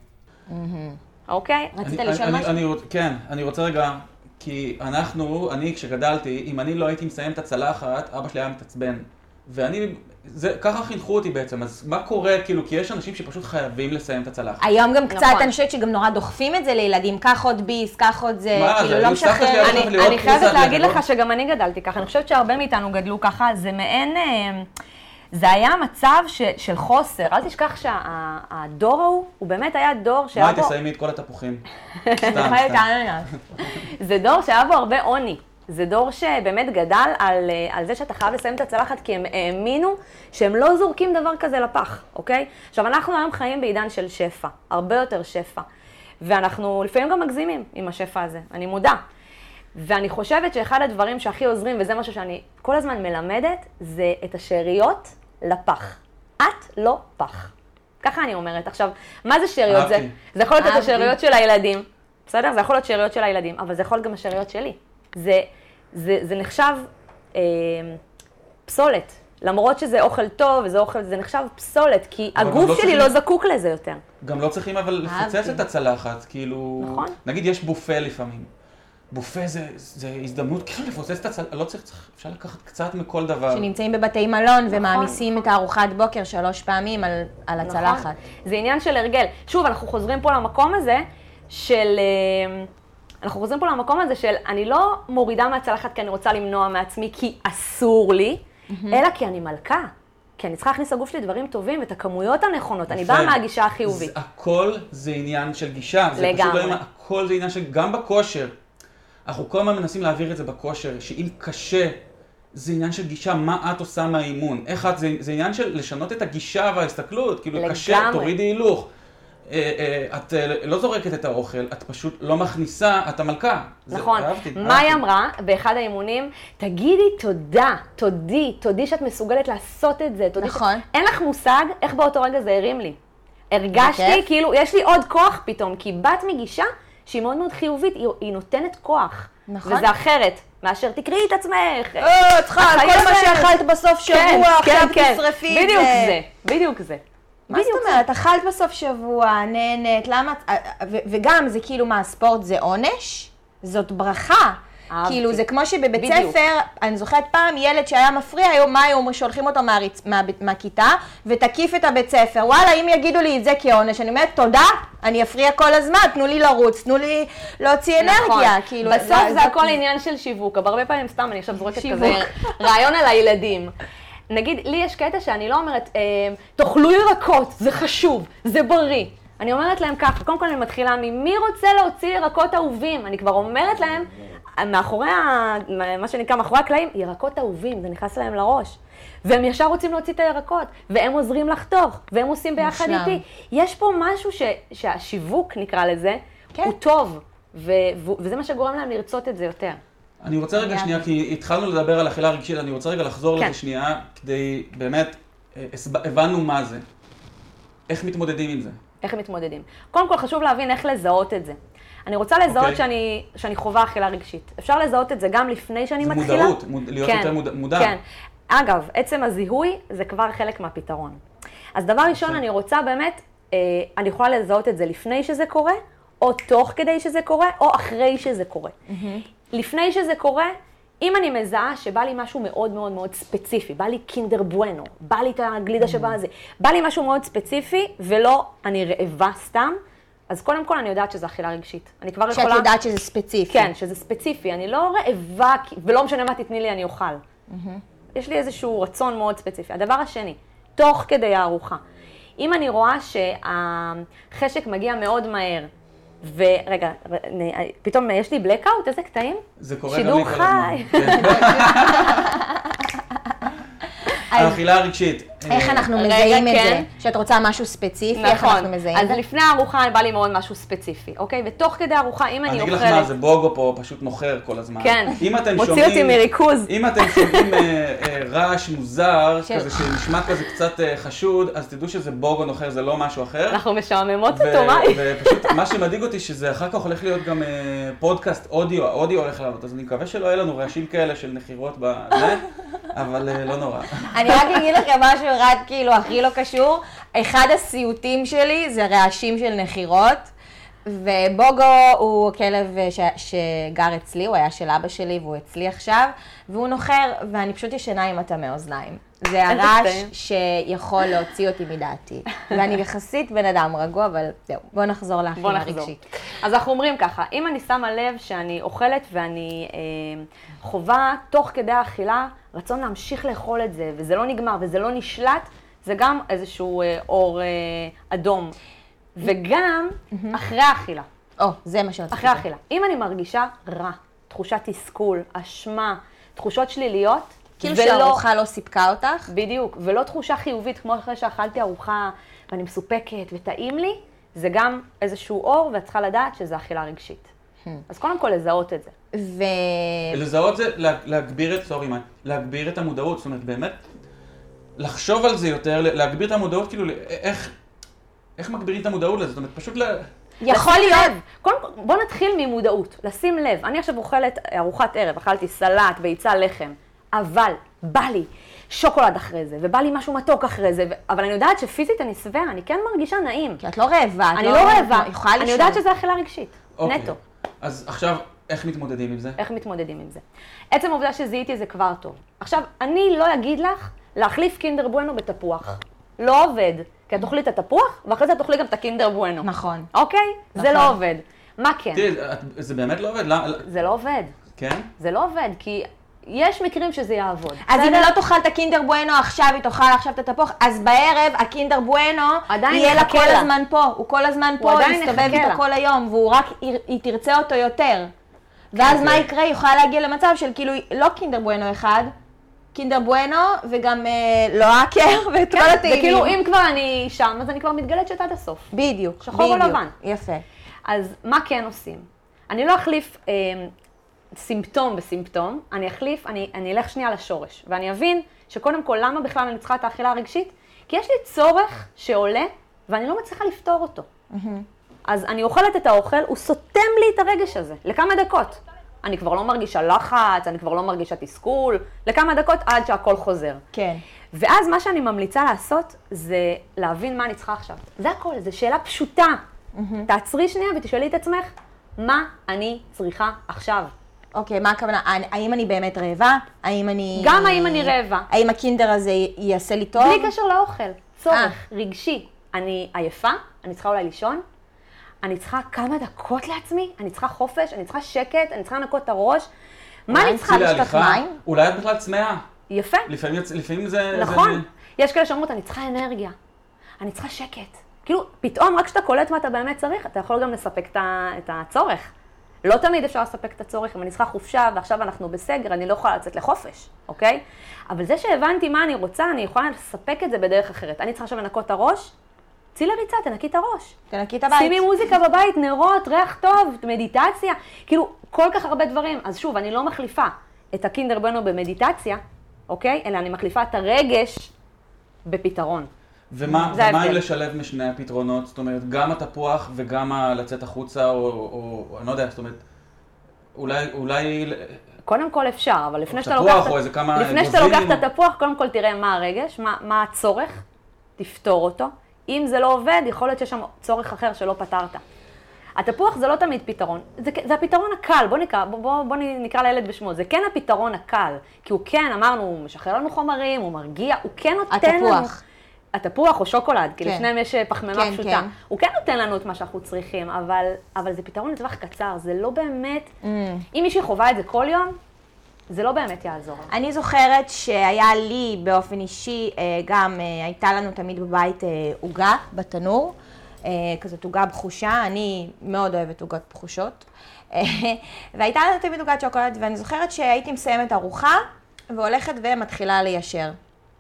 אוקיי? רצית לשאול משהו? כן, אני רוצה רגע, כי אנחנו, אני כשגדלתי, אם אני לא הייתי מסיים את הצלחת, אבא שלי היה מתעצבן. ואני, זה, ככה חינכו אותי בעצם, אז מה קורה, כאילו, כי יש אנשים שפשוט חייבים לסיים את הצלחת. היום גם קצת, אני חושבת שגם נורא דוחפים את זה לילדים, קח עוד ביס, קח עוד זה, כאילו לא משחרר. אני חייבת להגיד לך שגם אני גדלתי ככה, אני חושבת שהרבה מאיתנו גדלו ככה, זה מעין, זה היה מצב של חוסר, אל תשכח שהדור ההוא, הוא באמת היה דור שהיה בו... מה, תסיימי את כל התפוחים? סתם, סתם. זה דור שהיה בו הרבה עוני. זה דור שבאמת גדל על, על זה שאתה חייב לסיים את הצלחת, כי הם האמינו שהם לא זורקים דבר כזה לפח, אוקיי? עכשיו, אנחנו היום חיים בעידן של שפע, הרבה יותר שפע. ואנחנו לפעמים גם מגזימים עם השפע הזה, אני מודה. ואני חושבת שאחד הדברים שהכי עוזרים, וזה משהו שאני כל הזמן מלמדת, זה את השאריות לפח. את לא פח. ככה אני אומרת. עכשיו, מה זה שאריות? זה, זה יכול להיות את השאריות של הילדים, בסדר? זה יכול להיות שאריות של הילדים, אבל זה יכול להיות גם השאריות שלי. זה, זה, זה נחשב אה, פסולת. למרות שזה אוכל טוב וזה אוכל, זה נחשב פסולת, כי הגוף לא שלי צריכים, לא זקוק לזה יותר. גם לא צריכים אבל לפוצץ את הצלחת, כאילו... נכון. נגיד יש בופה לפעמים. בופה זה, זה הזדמנות כאילו לפוצץ את הצלחת, לא צריך, צריך, אפשר לקחת קצת מכל דבר. שנמצאים בבתי מלון נכון, ומעמיסים נכון. את הארוחת בוקר שלוש פעמים על, על נכון. הצלחת. זה עניין של הרגל. שוב, אנחנו חוזרים פה למקום הזה של... אנחנו חוזרים פה למקום הזה של אני לא מורידה מהצלחת כי אני רוצה למנוע מעצמי כי אסור לי, mm-hmm. אלא כי אני מלכה. כי אני צריכה להכניס לגוף שלי דברים טובים ואת הכמויות הנכונות. אני באה מהגישה החיובית. הכל זה עניין של גישה. זה פשוט לא עניין, הכל זה עניין של, גם בכושר. אנחנו כל הזמן מנסים להעביר את זה בכושר, שאם קשה, זה עניין של גישה, מה את עושה מהאימון. איך את, זה, זה עניין של לשנות את הגישה וההסתכלות. כאילו לגמרי. קשה, תורידי הילוך. את לא זורקת את האוכל, את פשוט לא מכניסה, את המלכה. נכון. מה היא אמרה באחד האימונים? תגידי תודה, תודי, תודי שאת מסוגלת לעשות את זה. נכון. אין לך מושג איך באותו רגע זה הרים לי. הרגשתי כאילו, יש לי עוד כוח פתאום, כי בת מגישה שהיא מאוד מאוד חיובית, היא, היא נותנת כוח. נכון. וזה אחרת, מאשר תקראי את עצמך. אה, צריכה, כל מה שאכלת בסוף שבוע, עכשיו תשרפי את זה. בדיוק זה, בדיוק זה. מה זאת אומרת? אכלת בסוף שבוע, נהנית, למה? וגם זה כאילו מה, הספורט זה עונש? זאת ברכה. כאילו זה כמו שבבית ספר, אני זוכרת פעם ילד שהיה מפריע, היום מה היום שולחים אותו מהכיתה ותקיף את הבית ספר. וואלה, אם יגידו לי את זה כעונש, אני אומרת תודה, אני אפריע כל הזמן, תנו לי לרוץ, תנו לי להוציא אנרגיה. בסוף זה הכל עניין של שיווק, אבל הרבה פעמים סתם אני עכשיו זורקת כזה רעיון על הילדים. נגיד, לי יש קטע שאני לא אומרת, תאכלו ירקות, זה חשוב, זה בריא. אני אומרת להם ככה, קודם כל אני מתחילה ממי רוצה להוציא ירקות אהובים. אני כבר אומרת להם, מאחורי, מה שנקרא, מאחורי הקלעים, ירקות אהובים, זה נכנס להם לראש. והם ישר רוצים להוציא את הירקות, והם עוזרים לחתוך, והם עושים ביחד איתי. יש פה משהו ש, שהשיווק, נקרא לזה, כן. הוא טוב, ו, וזה מה שגורם להם לרצות את זה יותר. אני רוצה רגע שנייה, כי התחלנו לדבר על אכילה רגשית, אני רוצה רגע לחזור כן. לזה שנייה, כדי באמת, הבנו מה זה. איך מתמודדים עם זה? איך מתמודדים? קודם כל חשוב להבין איך לזהות את זה. אני רוצה לזהות okay. שאני, שאני חובה אכילה רגשית. אפשר לזהות את זה גם לפני שאני זה מתחילה. זה מודעות, מוד, להיות כן, יותר מודע. מודע. כן. אגב, עצם הזיהוי זה כבר חלק מהפתרון. אז דבר ראשון, אני רוצה באמת, אה, אני יכולה לזהות את זה לפני שזה קורה, או תוך כדי שזה קורה, או אחרי שזה קורה. Mm-hmm. לפני שזה קורה, אם אני מזהה שבא לי משהו מאוד מאוד מאוד ספציפי, בא לי קינדר בואנו, בא לי את הגלידה שבא הזה, בא לי משהו מאוד ספציפי, ולא אני רעבה סתם, אז קודם כל אני יודעת שזה אכילה רגשית. אני כבר יכולה... שאת יודעת שזה ספציפי. כן, שזה ספציפי. אני לא רעבה, ולא משנה מה תתני לי, אני אוכל. Mm-hmm. יש לי איזשהו רצון מאוד ספציפי. הדבר השני, תוך כדי הארוחה. אם אני רואה שהחשק מגיע מאוד מהר, ורגע, פתאום יש לי בלקאוט, איזה קטעים? זה קורה גם לי כל הזמן. שידור חי. האכילה הרגשית. איך אנחנו מזהים את זה? שאת רוצה משהו ספציפי, איך אנחנו מזהים את זה? אז לפני הארוחה בא לי מאוד משהו ספציפי, אוקיי? ותוך כדי הארוחה, אם אני אוכלת... אני אגיד לך מה, זה בוגו פה, פשוט מוכר כל הזמן. כן, מוציא אותי מריכוז. אם אתם שומעים רעש מוזר, כזה שנשמע כזה קצת חשוד, אז תדעו שזה בוגו נוחר, זה לא משהו אחר. אנחנו משעממות אותו, מה? ופשוט מה שמדאיג אותי, שזה אחר כך הולך להיות גם פודקאסט אודיו, האודיו הולך לעלות, אז אני מקווה שלא יהיה לנו רעשים כאלה של נחירות בזה, אבל לא נורא. אני רק אגיד לכם משהו רק כאילו הכי לא קשור, אחד הסיוטים שלי זה רעשים של נחירות, ובוגו הוא כלב ש... שגר אצלי, הוא היה של אבא שלי והוא אצלי עכשיו, והוא נוחר ואני פשוט ישנה עם הטמא אוזניים. זה הרעש שיכול להוציא אותי מדעתי. ואני יחסית בן אדם רגוע, אבל זהו, בואו נחזור לאכילה רגשית. אז אנחנו אומרים ככה, אם אני שמה לב שאני אוכלת ואני אה, חובה תוך כדי האכילה, רצון להמשיך לאכול את זה, וזה לא נגמר וזה לא נשלט, זה גם איזשהו אה, אור אה, אדום. וגם אחרי האכילה. או, זה מה שאת אחרי האכילה. אם אני מרגישה רע, תחושת תסכול, אשמה, תחושות שליליות, כאילו שהארוחה לא סיפקה אותך? בדיוק, ולא תחושה חיובית, כמו אחרי שאכלתי ארוחה ואני מסופקת וטעים לי, זה גם איזשהו אור, ואת צריכה לדעת שזה אכילה רגשית. אז קודם כל לזהות את זה. ו... לזהות זה להגביר את, סורי מה, להגביר את המודעות, זאת אומרת באמת, לחשוב על זה יותר, להגביר את המודעות, כאילו איך, איך מגבירים את המודעות לזה, זאת אומרת פשוט ל... יכול להיות. קודם כל, בוא נתחיל ממודעות, לשים לב. אני עכשיו אוכלת ארוחת ערב, אכלתי סלט, ביצה, לחם. אבל בא לי שוקולד אחרי זה, ובא לי משהו מתוק אחרי זה, אבל אני יודעת שפיזית אני שבעה, אני כן מרגישה נעים. כי את לא רעבה. אני לא רעבה, אני יודעת שזה אכילה רגשית, נטו. אז עכשיו, איך מתמודדים עם זה? איך מתמודדים עם זה? עצם העובדה שזיהיתי זה כבר טוב. עכשיו, אני לא אגיד לך להחליף קינדר בואנו בתפוח. לא עובד. כי את תאכלי את התפוח, ואחרי זה תאכלי גם את הקינדר בואנו. נכון. אוקיי? זה לא עובד. מה כן? תראי, זה באמת לא עובד? זה לא עובד. כן? זה לא עובד, כי... יש מקרים שזה יעבוד. אז אם היא לא תאכל את הקינדר בואנו עכשיו, היא תאכל עכשיו את התפוח, אז בערב הקינדר בואנו יהיה לה כל הזמן פה. הוא כל הזמן פה, הוא יסתובב איתו כל היום, והוא רק, היא תרצה אותו יותר. ואז מה יקרה? היא יכולה להגיע למצב של כאילו, לא קינדר בואנו אחד, קינדר בואנו וגם לא האקר ואת כל הטעימים. וכאילו אם כבר אני שם, אז אני כבר מתגלצת עד הסוף. בדיוק. שחור או לבן. יפה. אז מה כן עושים? אני לא אחליף... סימפטום בסימפטום, אני אחליף, אני, אני אלך שנייה לשורש, ואני אבין שקודם כל, למה בכלל אני צריכה את האכילה הרגשית? כי יש לי צורך שעולה, ואני לא מצליחה לפתור אותו. Mm-hmm. אז אני אוכלת את האוכל, הוא סותם לי את הרגש הזה, לכמה דקות. אני כבר לא מרגישה לחץ, אני כבר לא מרגישה תסכול, לכמה דקות עד שהכל חוזר. כן. ואז מה שאני ממליצה לעשות, זה להבין מה אני צריכה עכשיו. זה הכל, זו שאלה פשוטה. תעצרי שנייה ותשאלי את עצמך, מה אני צריכה עכשיו? אוקיי, מה הכוונה? האם אני באמת רעבה? האם אני... גם האם אני רעבה. האם הקינדר הזה יעשה לי טוב? בלי קשר לאוכל. צורך, רגשי. אני עייפה, אני צריכה אולי לישון, אני צריכה כמה דקות לעצמי, אני צריכה חופש, אני צריכה שקט, אני צריכה לנקות את הראש. מה אני צריכה לשתות מים? אולי את בכלל צמאה. יפה. לפעמים, לפעמים זה... נכון. זה... יש כאלה שאומרות, אני צריכה אנרגיה, אני צריכה שקט. כאילו, פתאום רק כשאתה קולט מה אתה באמת צריך, אתה יכול גם לספק את הצורך. לא תמיד אפשר לספק את הצורך, אם אני צריכה חופשה ועכשיו אנחנו בסגר, אני לא יכולה לצאת לחופש, אוקיי? אבל זה שהבנתי מה אני רוצה, אני יכולה לספק את זה בדרך אחרת. אני צריכה עכשיו לנקות את הראש, צאי לריצה, תנקי את הראש. תנקי את הבית. שימי מוזיקה בבית, נרות, ריח טוב, מדיטציה, כאילו כל כך הרבה דברים. אז שוב, אני לא מחליפה את הקינדר בנו במדיטציה, אוקיי? אלא אני מחליפה את הרגש בפתרון. ומה, ומה אם לשלב משני הפתרונות? זאת אומרת, גם התפוח וגם לצאת החוצה, או, או, או אני לא יודע, זאת אומרת, אולי, אולי... קודם כל אפשר, אבל לפני שאתה לוקח, לוקח, לפני שאתה לוקח את התפוח, קודם כל תראה מה הרגש, מה, מה הצורך, תפתור אותו. אם זה לא עובד, יכול להיות שיש שם צורך אחר שלא פתרת. התפוח זה לא תמיד פתרון, זה, זה הפתרון הקל, בוא נקרא, בוא, בוא, בוא נקרא לילד בשמו, זה כן הפתרון הקל, כי הוא כן, אמרנו, הוא משחרר לנו חומרים, הוא מרגיע, הוא כן נותן התפוח. לנו... התפוח או שוקולד, כי כן. לפניהם יש פחמימה כן, פשוטה. כן. הוא כן נותן לנו את מה שאנחנו צריכים, אבל, אבל זה פתרון לטווח קצר, זה לא באמת... Mm. אם מישהי חובה את זה כל יום, זה לא באמת יעזור. אני זוכרת שהיה לי באופן אישי, גם הייתה לנו תמיד בבית עוגה בתנור, כזאת עוגה בחושה, אני מאוד אוהבת עוגות בחושות, והייתה לנו תמיד עוגת שוקולד, ואני זוכרת שהייתי מסיימת ארוחה, והולכת ומתחילה ליישר.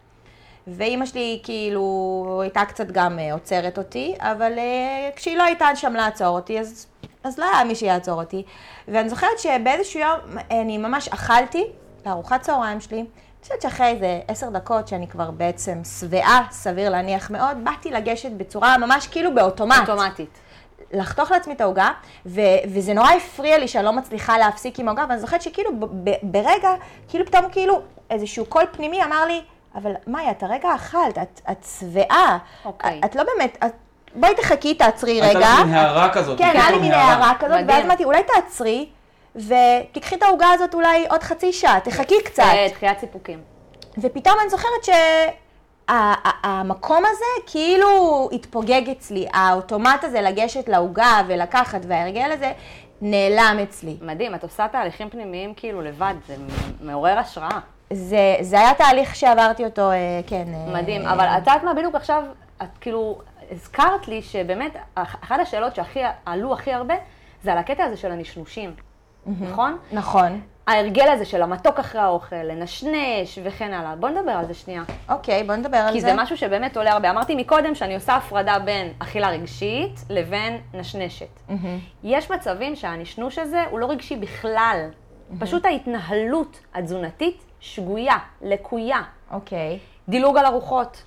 ואימא שלי כאילו הייתה קצת גם עוצרת אותי, אבל כשהיא לא הייתה שם לעצור אותי, אז, אז לא היה מי שיעצור אותי. ואני זוכרת שבאיזשהו יום אני ממש אכלתי לארוחת צהריים שלי, אני חושבת שאחרי איזה עשר דקות שאני כבר בעצם שבעה, סביר להניח מאוד, באתי לגשת בצורה ממש כאילו באוטומט. אוטומטית. לחתוך לעצמי את ההוגה, ו- וזה נורא הפריע לי שאני לא מצליחה להפסיק עם ההוגה, ואני זוכרת שכאילו ב- ב- ברגע, כאילו פתאום כאילו איזשהו קול פנימי אמר לי, אבל מאיה, את הרגע אכלת, את, את צבעה, אוקיי. את לא באמת, את, בואי תחכי, תעצרי רגע. הייתה לי מין הערה כזאת. כן, היה לי מין הערה כזאת, מדהים. ואז אמרתי, אולי תעצרי, ותקחי את ההוגה הזאת אולי עוד חצי שעה, תחכי קצת. תחיית סיפוקים. ופתאום אני זוכרת שהמקום הזה כאילו התפוגג אצלי, האוטומט הזה לגשת להוגה ולקחת, וההרגל הזה נעלם אצלי. מדהים, את עושה תהליכים פנימיים כאילו לבד, זה מעורר השראה. זה, זה היה תהליך שעברתי אותו, כן. מדהים, אבל את יודעת מה, בדיוק עכשיו, את כאילו, הזכרת לי שבאמת, אחת השאלות שהכי עלו הכי הרבה, זה על הקטע הזה של הנשנושים, נכון? נכון. ההרגל הזה של המתוק אחרי האוכל, לנשנש וכן הלאה. בוא נדבר על זה שנייה. אוקיי, בוא נדבר על זה. כי זה משהו שבאמת עולה הרבה. אמרתי מקודם שאני עושה הפרדה בין אכילה רגשית לבין נשנשת. יש מצבים שהנשנוש הזה הוא לא רגשי בכלל. פשוט ההתנהלות התזונתית שגויה, לקויה. אוקיי. דילוג על ארוחות.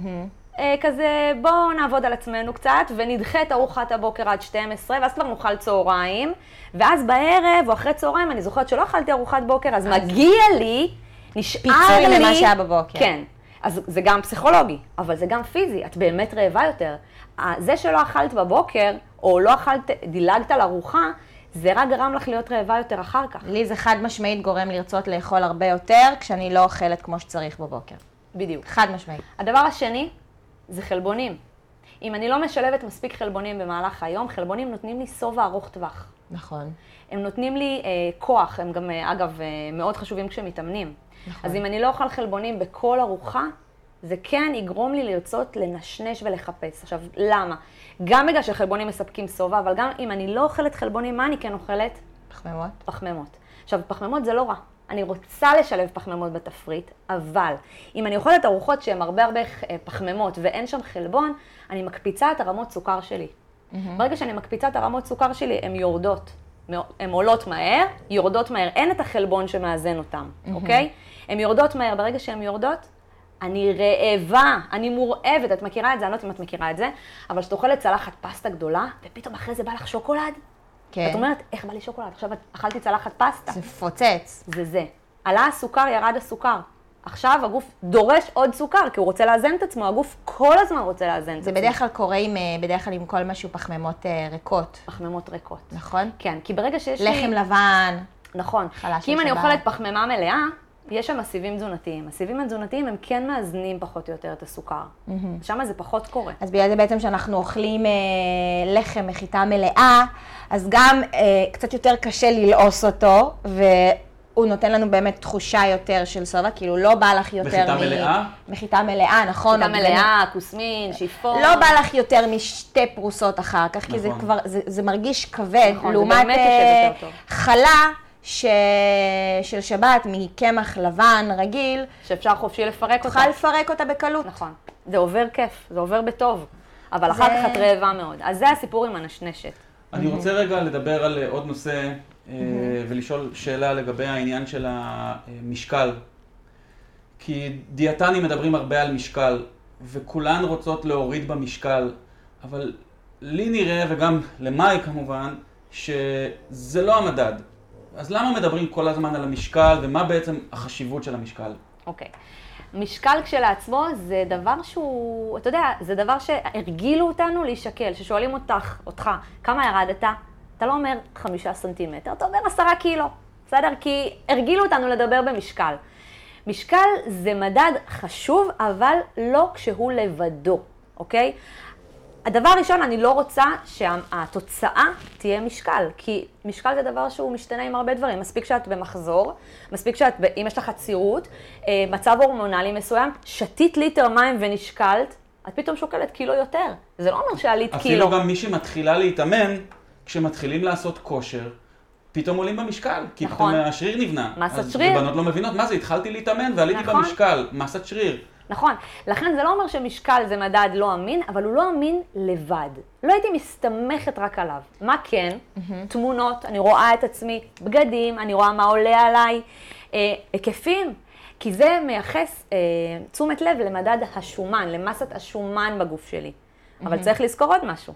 כזה, בואו נעבוד על עצמנו קצת, ונדחה את ארוחת הבוקר עד שתים עשרה, ואז כבר נאכל צהריים, ואז בערב או אחרי צהריים, אני זוכרת שלא אכלתי ארוחת בוקר, אז מגיע לי, נשאר לי... פיצוי למה שהיה בבוקר. כן, אז זה גם פסיכולוגי, אבל זה גם פיזי, את באמת רעבה יותר. זה שלא אכלת בבוקר, או לא אכלת, דילגת על ארוחה, זה רק גרם לך להיות רעבה יותר אחר כך. לי זה חד משמעית גורם לרצות לאכול הרבה יותר, כשאני לא אוכלת כמו שצריך בבוקר. בדיוק. חד משמעית. הדבר השני, זה חלבונים. אם אני לא משלבת מספיק חלבונים במהלך היום, חלבונים נותנים לי סובה ארוך טווח. נכון. הם נותנים לי אה, כוח, הם גם, אה, אגב, אה, מאוד חשובים כשמתאמנים. נכון. אז אם אני לא אוכל חלבונים בכל ארוחה, זה כן יגרום לי לרצות לנשנש ולחפש. עכשיו, למה? גם בגלל שחלבונים מספקים סובה, אבל גם אם אני לא אוכלת חלבונים, מה אני כן אוכלת? פחמימות. פחמימות. עכשיו, פחמימות זה לא רע. אני רוצה לשלב פחמימות בתפריט, אבל אם אני אוכלת ארוחות שהן הרבה הרבה פחמימות ואין שם חלבון, אני מקפיצה את הרמות סוכר שלי. Mm-hmm. ברגע שאני מקפיצה את הרמות סוכר שלי, הן יורדות. הן עולות מהר, יורדות מהר. אין את החלבון שמאזן אותם, mm-hmm. אוקיי? הן יורדות מהר. ברגע שהן יורדות, אני רעבה, אני מורעבת, את מכירה את זה, אני לא יודעת אם את מכירה את זה, אבל שאת אוכלת צלחת פסטה גדולה, ופתאום אחרי זה בא לך שוקולד, כן. ואת אומרת, איך בא לי שוקולד? עכשיו אכלתי צלחת פסטה. זה פוצץ. זה זה. עלה הסוכר, ירד הסוכר. עכשיו הגוף דורש עוד סוכר, כי הוא רוצה לאזן את עצמו, הגוף כל הזמן רוצה לאזן את עצמו. זה בדרך כלל קורה עם, בדרך כלל עם כל משהו פחמימות ריקות. פחמימות ריקות. נכון? כן, כי ברגע שיש לחם לי... לבן. נכון. כי אם אני אוכלת פחמימה מלאה, יש שם מסיבים תזונתיים. מסיבים התזונתיים הם כן מאזנים פחות או יותר את הסוכר. שם זה פחות קורה. אז בגלל זה בעצם שאנחנו אוכלים אה, לחם מחיטה מלאה, אז גם אה, קצת יותר קשה ללעוס אותו, והוא נותן לנו באמת תחושה יותר של סובה, כאילו לא בא לך יותר... מחיטה מ... מלאה? מחיטה מלאה, נכון. מחיטה מלאה, כוסמין, שיפון. לא בא לך יותר משתי פרוסות אחר כך, נכון. כי זה כבר, זה, זה מרגיש כבד, נכון, לעומת אה, חלה, ש... של שבת מקמח לבן רגיל. שאפשר חופשי לפרק אותה. תוכל לפרק אותה בקלות. נכון. זה עובר כיף, זה עובר בטוב. אבל זה... אחר כך את רעבה מאוד. אז זה הסיפור עם הנשנשת. אני רוצה רגע לדבר על עוד נושא, ולשאול שאלה לגבי העניין של המשקל. כי דיאטנים מדברים הרבה על משקל, וכולן רוצות להוריד במשקל, אבל לי נראה, וגם למאי כמובן, שזה לא המדד. אז למה מדברים כל הזמן על המשקל, ומה בעצם החשיבות של המשקל? אוקיי. משקל כשלעצמו זה דבר שהוא, אתה יודע, זה דבר שהרגילו אותנו להישקל, ששואלים אותך, אותך, כמה ירדת? אתה לא אומר חמישה סנטימטר, אתה אומר עשרה קילו, בסדר? כי הרגילו אותנו לדבר במשקל. משקל זה מדד חשוב, אבל לא כשהוא לבדו, אוקיי? הדבר הראשון, אני לא רוצה שהתוצאה תהיה משקל, כי משקל זה דבר שהוא משתנה עם הרבה דברים. מספיק שאת במחזור, מספיק שאת, אם יש לך צירות, מצב הורמונלי מסוים, שתית ליטר מים ונשקלת, את פתאום שוקלת קילו יותר. זה לא אומר שעלית קילו. אפילו גם מי שמתחילה להתאמן, כשמתחילים לעשות כושר, פתאום עולים במשקל, כי נכון. פתאום השריר נבנה. מסת שריר. ובנות לא מבינות, מה זה? התחלתי להתאמן ועליתי נכון. במשקל, מסת שריר. נכון, לכן זה לא אומר שמשקל זה מדד לא אמין, אבל הוא לא אמין לבד. לא הייתי מסתמכת רק עליו. מה כן? Mm-hmm. תמונות, אני רואה את עצמי, בגדים, אני רואה מה עולה עליי, אה, היקפים, כי זה מייחס אה, תשומת לב למדד השומן, למסת השומן בגוף שלי. Mm-hmm. אבל צריך לזכור עוד משהו.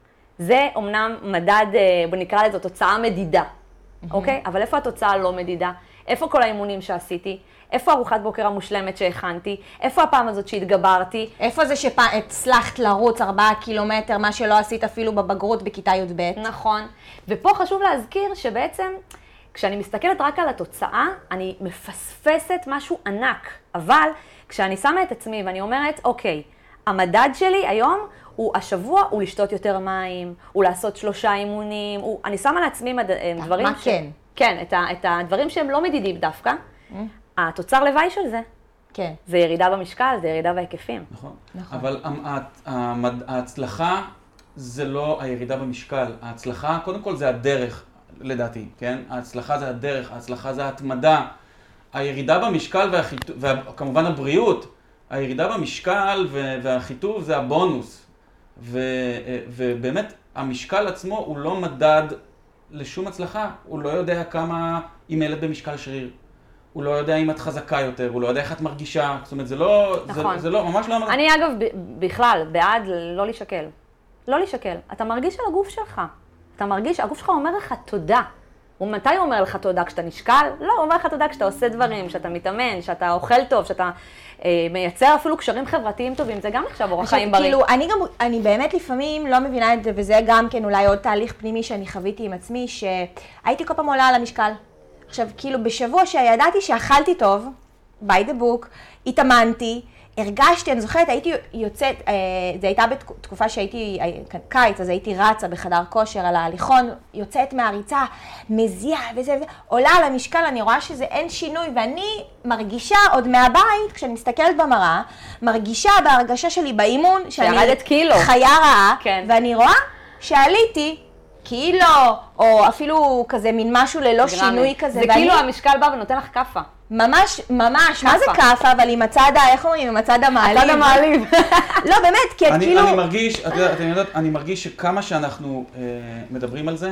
זה אומנם מדד, אה, בוא נקרא לזה, תוצאה מדידה, mm-hmm. אוקיי? אבל איפה התוצאה הלא מדידה? איפה כל האימונים שעשיתי? איפה ארוחת בוקר המושלמת שהכנתי? איפה הפעם הזאת שהתגברתי? איפה זה שהצלחת לרוץ ארבעה קילומטר, מה שלא עשית אפילו בבגרות בכיתה י' ב'? נכון. ופה חשוב להזכיר שבעצם, כשאני מסתכלת רק על התוצאה, אני מפספסת משהו ענק. אבל כשאני שמה את עצמי ואני אומרת, אוקיי, המדד שלי היום הוא השבוע, הוא לשתות יותר מים, הוא לעשות שלושה אימונים, הוא... אני שמה לעצמי מד... דברים... מה ש... כן? כן, את, ה... את הדברים שהם לא מדידים דווקא. Mm. התוצר לוואי של זה, כן. זה ירידה במשקל, זה ירידה בהיקפים. נכון. נכון. אבל ההצלחה זה לא הירידה במשקל. ההצלחה, קודם כל זה הדרך, לדעתי, כן? ההצלחה זה הדרך, ההצלחה זה ההתמדה. הירידה במשקל והחיתוב, וכמובן הבריאות, הירידה במשקל והחיתוב זה הבונוס. ובאמת, המשקל עצמו הוא לא מדד לשום הצלחה. הוא לא יודע כמה היא מלט במשקל שריר. הוא לא יודע אם את חזקה יותר, הוא לא יודע איך את מרגישה, זאת אומרת, זה לא, נכון. זה, זה לא, ממש לא... אני אגב, בכלל, בעד לא להישקל. לא להישקל. אתה מרגיש על הגוף שלך. אתה מרגיש, הגוף שלך אומר לך תודה. ומתי הוא אומר לך תודה? כשאתה נשקל? לא, הוא אומר לך תודה כשאתה עושה דברים, שאתה מתאמן, שאתה אוכל טוב, שאתה אה, מייצר אפילו קשרים חברתיים טובים, זה גם נחשב אורח חיים בריא. כאילו, אני גם, אני באמת לפעמים לא מבינה את זה, וזה גם כן אולי עוד תהליך פנימי שאני חוויתי עם עצמי, שהייתי כל פעם עולה על המשקל. עכשיו, כאילו, בשבוע שידעתי שאכלתי טוב, by the book, התאמנתי, הרגשתי, אני זוכרת, הייתי יוצאת, אה, זה הייתה בתקופה שהייתי, קיץ, אז הייתי רצה בחדר כושר על ההליכון, יוצאת מהריצה, מזיעה וזה וזה, עולה על המשקל, אני רואה שזה אין שינוי, ואני מרגישה עוד מהבית, כשאני מסתכלת במראה, מרגישה בהרגשה שלי באימון, שאני קילו. חיה רעה, כן. ואני רואה שעליתי, קילו, או אפילו כזה מין משהו ללא גרמי. שינוי כזה. זה ואני... כאילו המשקל בא ונותן לך קפה. ממש, ממש, מה זה קפה? אבל עם הצד, איך אומרים, עם הצד המעליב. הצד המעליב. לא, באמת, כי אני, כאילו... אני מרגיש, את יודעת, אני יודעת, אני מרגיש שכמה שאנחנו אה, מדברים על זה,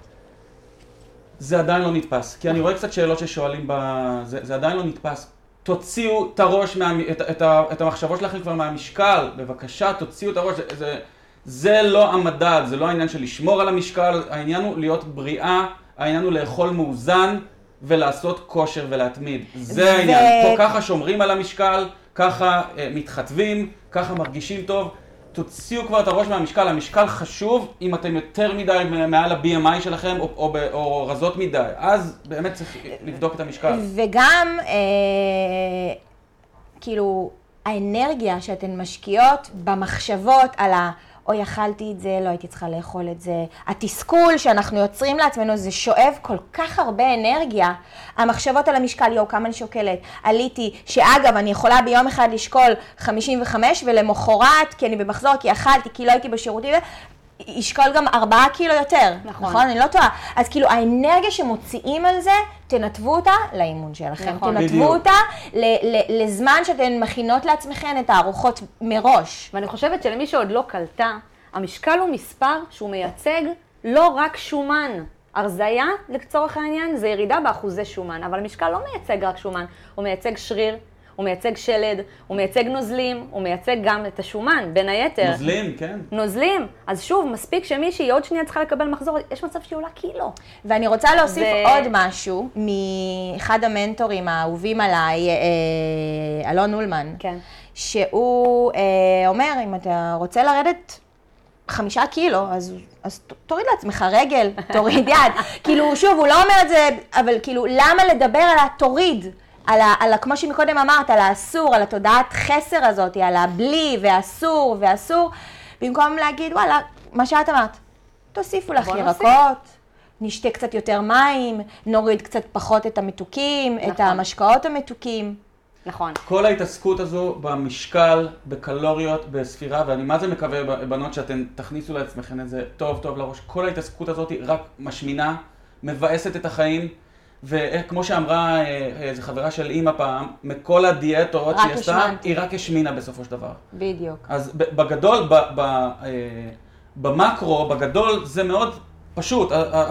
זה עדיין לא נתפס. כי אני רואה קצת שאלות ששואלים ב... זה, זה עדיין לא נתפס. תוציאו את הראש, מה, את, את, את המחשבות שלכם כבר מהמשקל, בבקשה תוציאו את הראש, זה, זה, זה לא המדד, זה לא העניין של לשמור על המשקל, העניין הוא להיות בריאה, העניין הוא לאכול מאוזן ולעשות כושר ולהתמיד, זה ו... העניין, פה ככה שומרים על המשקל, ככה אה, מתחתבים, ככה מרגישים טוב, תוציאו כבר את הראש מהמשקל, המשקל חשוב אם אתם יותר מדי מעל ה-בי אם איי שלכם או, או, או רזות מדי, אז באמת צריך לבדוק את המשקל. וגם, אה, כאילו, האנרגיה שאתן משקיעות במחשבות על ה... או אכלתי את זה, לא הייתי צריכה לאכול את זה. התסכול שאנחנו יוצרים לעצמנו זה שואב כל כך הרבה אנרגיה. המחשבות על המשקל, יו, כמה אני שוקלת, עליתי, שאגב, אני יכולה ביום אחד לשקול חמישים וחמש ולמחרת, כי אני במחזור, כי אכלתי, כי לא הייתי בשירותים, ישקול גם ארבעה קילו יותר. נכון. נכון, אני לא טועה. אז כאילו, האנרגיה שמוציאים על זה, תנתבו אותה לאימון שלכם. נכון. תנתבו בדיוק. אותה ל- ל- לזמן שאתן מכינות לעצמכן את הארוחות מראש. ואני חושבת שלמי שעוד לא קלטה, המשקל הוא מספר שהוא מייצג לא רק שומן. הרזיה, לצורך העניין, זה ירידה באחוזי שומן, אבל המשקל לא מייצג רק שומן, הוא מייצג שריר, הוא מייצג שלד, הוא מייצג נוזלים, הוא מייצג גם את השומן, בין היתר. נוזלים, כן. נוזלים. אז שוב, מספיק שמישהי עוד שנייה צריכה לקבל מחזור, יש מצב שהיא עולה קילו. ואני רוצה להוסיף ו... עוד משהו מאחד המנטורים האהובים עליי, אה, אלון אולמן, כן. שהוא אה, אומר, אם אתה רוצה לרדת חמישה קילו, אז, אז תוריד לעצמך רגל, תוריד יד. כאילו, שוב, הוא לא אומר את זה, אבל כאילו, למה לדבר על התוריד? על ה, על ה, כמו שמקודם אמרת, על האסור, על התודעת חסר הזאת, על הבלי והאסור והאסור, במקום להגיד, וואלה, מה שאת אמרת, תוסיפו לך ירקות, נשתה קצת יותר מים, נוריד קצת פחות את המתוקים, נכון. את המשקאות המתוקים. נכון. כל ההתעסקות הזו במשקל, בקלוריות, בספירה, ואני מה זה מקווה, בנות, שאתן תכניסו לעצמכם את זה טוב טוב לראש, כל ההתעסקות הזאת היא רק משמינה, מבאסת את החיים, וכמו שאמרה איזו חברה של אימא פעם, מכל הדיאטות שהיא עשתה, היא רק השמינה בסופו של דבר. בדיוק. אז בגדול, ב, ב, במקרו, בגדול, זה מאוד פשוט.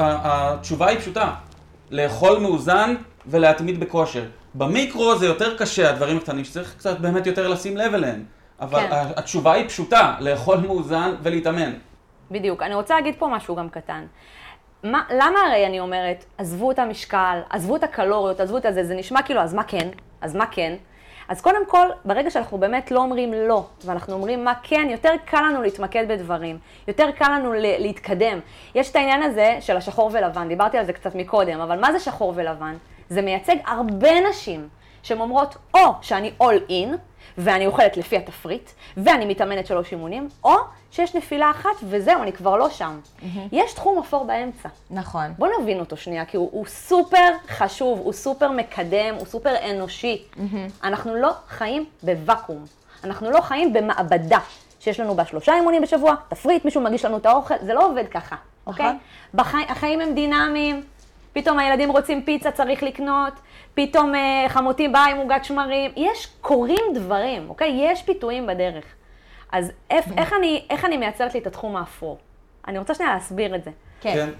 התשובה היא פשוטה. לאכול מאוזן ולהתמיד בכושר. במיקרו זה יותר קשה, הדברים הקטנים, שצריך קצת באמת יותר לשים לב אליהם. אבל כן. התשובה היא פשוטה, לאכול מאוזן ולהתאמן. בדיוק. אני רוצה להגיד פה משהו גם קטן. מה, למה הרי אני אומרת, עזבו את המשקל, עזבו את הקלוריות, עזבו את זה, זה נשמע כאילו, אז מה כן? אז מה כן? אז קודם כל, ברגע שאנחנו באמת לא אומרים לא, ואנחנו אומרים מה כן, יותר קל לנו להתמקד בדברים, יותר קל לנו להתקדם. יש את העניין הזה של השחור ולבן, דיברתי על זה קצת מקודם, אבל מה זה שחור ולבן? זה מייצג הרבה נשים שאומרות, או שאני all in, ואני אוכלת לפי התפריט, ואני מתאמנת שלוש אימונים, או שיש נפילה אחת וזהו, אני כבר לא שם. Mm-hmm. יש תחום אפור באמצע. נכון. בוא נבין אותו שנייה, כי הוא, הוא סופר חשוב, הוא סופר מקדם, הוא סופר אנושי. Mm-hmm. אנחנו לא חיים בוואקום. אנחנו לא חיים במעבדה, שיש לנו בה שלושה אימונים בשבוע, תפריט, מישהו מגיש לנו את האוכל, זה לא עובד ככה, אוקיי? נכון. בחי, החיים הם דינמיים, פתאום הילדים רוצים פיצה, צריך לקנות, פתאום אה, חמותי באה עם עוגת שמרים, יש, קורים דברים, אוקיי? יש פיתויים בדרך. אז איך, איך, אני, איך אני מייצרת לי את התחום האפור? אני רוצה שנייה להסביר את זה. כן. כן.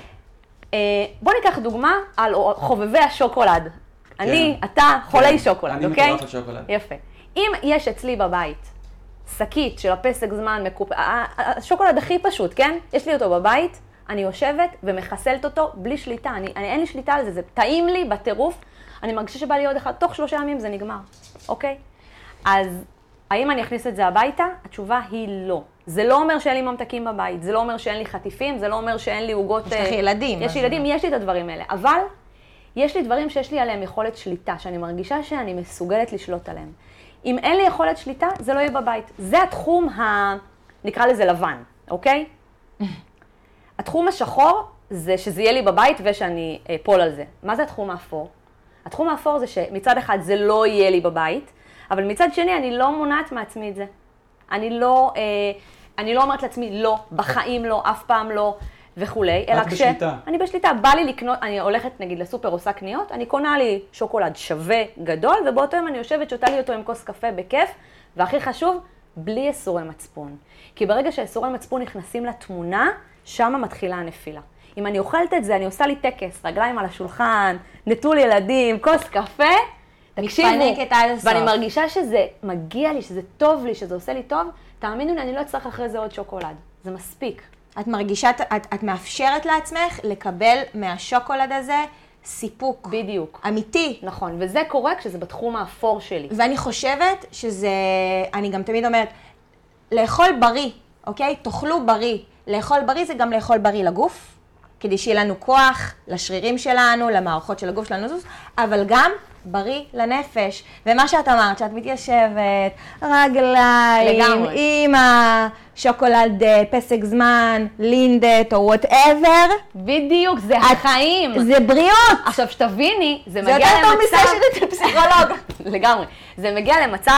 אה, בוא ניקח דוגמה על חובבי השוקולד. כן. אני, אתה, חולי כן. שוקולד, אני אוקיי? אני מטורף לשוקולד. יפה. אם יש אצלי בבית שקית של הפסק זמן מקופ... השוקולד הכי פשוט, כן? יש לי אותו בבית, אני יושבת ומחסלת אותו בלי שליטה. אני, אני, אין לי שליטה על זה, זה טעים לי בטירוף. אני מרגישה שבא לי עוד אחד, תוך שלושה ימים זה נגמר, אוקיי? אז האם אני אכניס את זה הביתה? התשובה היא לא. זה לא אומר שאין לי ממתקים בבית, זה לא אומר שאין לי חטיפים, זה לא אומר שאין לי עוגות... יש לך ילדים. יש לי ילדים, יש לי את הדברים האלה. אבל יש לי דברים שיש לי עליהם יכולת שליטה, שאני מרגישה שאני מסוגלת לשלוט עליהם. אם אין לי יכולת שליטה, זה לא יהיה בבית. זה התחום ה... נקרא לזה לבן, אוקיי? התחום השחור זה שזה יהיה לי בבית ושאני אפול על זה. מה זה התחום האפור? התחום האפור זה שמצד אחד זה לא יהיה לי בבית, אבל מצד שני אני לא מונעת מעצמי את זה. אני לא, אה, אני לא אומרת לעצמי לא, בחיים לא, אף פעם לא וכולי. את בשליטה. אני בשליטה, בא לי לקנות, אני הולכת נגיד לסופר עושה קניות, אני קונה לי שוקולד שווה גדול, ובאותו יום אני יושבת, שותה לי אותו עם כוס קפה בכיף, והכי חשוב, בלי יסורי מצפון. כי ברגע שהיסורי מצפון נכנסים לתמונה, שם מתחילה הנפילה. אם אני אוכלת את זה, אני עושה לי טקס, רגליים על השולחן, נטול ילדים, כוס קפה, מתפנקת עד הסוף. ואני מרגישה שזה מגיע לי, שזה טוב לי, שזה עושה לי טוב, תאמינו לי, אני לא אצטרך אחרי זה עוד שוקולד. זה מספיק. את מרגישה, את, את מאפשרת לעצמך לקבל מהשוקולד הזה סיפוק. בדיוק. אמיתי. נכון, וזה קורה כשזה בתחום האפור שלי. ואני חושבת שזה, אני גם תמיד אומרת, לאכול בריא, אוקיי? תאכלו בריא. לאכול בריא זה גם לאכול בריא לגוף, כדי שיהיה לנו כוח לשרירים שלנו, למערכות של הגוף שלנו, אבל גם בריא לנפש. ומה שאת אמרת, שאת מתיישבת, רגליים, עם השוקולד פסק זמן, לינדט או whatever. בדיוק, זה החיים. זה בריאות. עכשיו שתביני, זה מגיע למצב... זה יותר טוב מסשן אצל פסיכולוג. לגמרי. זה מגיע למצב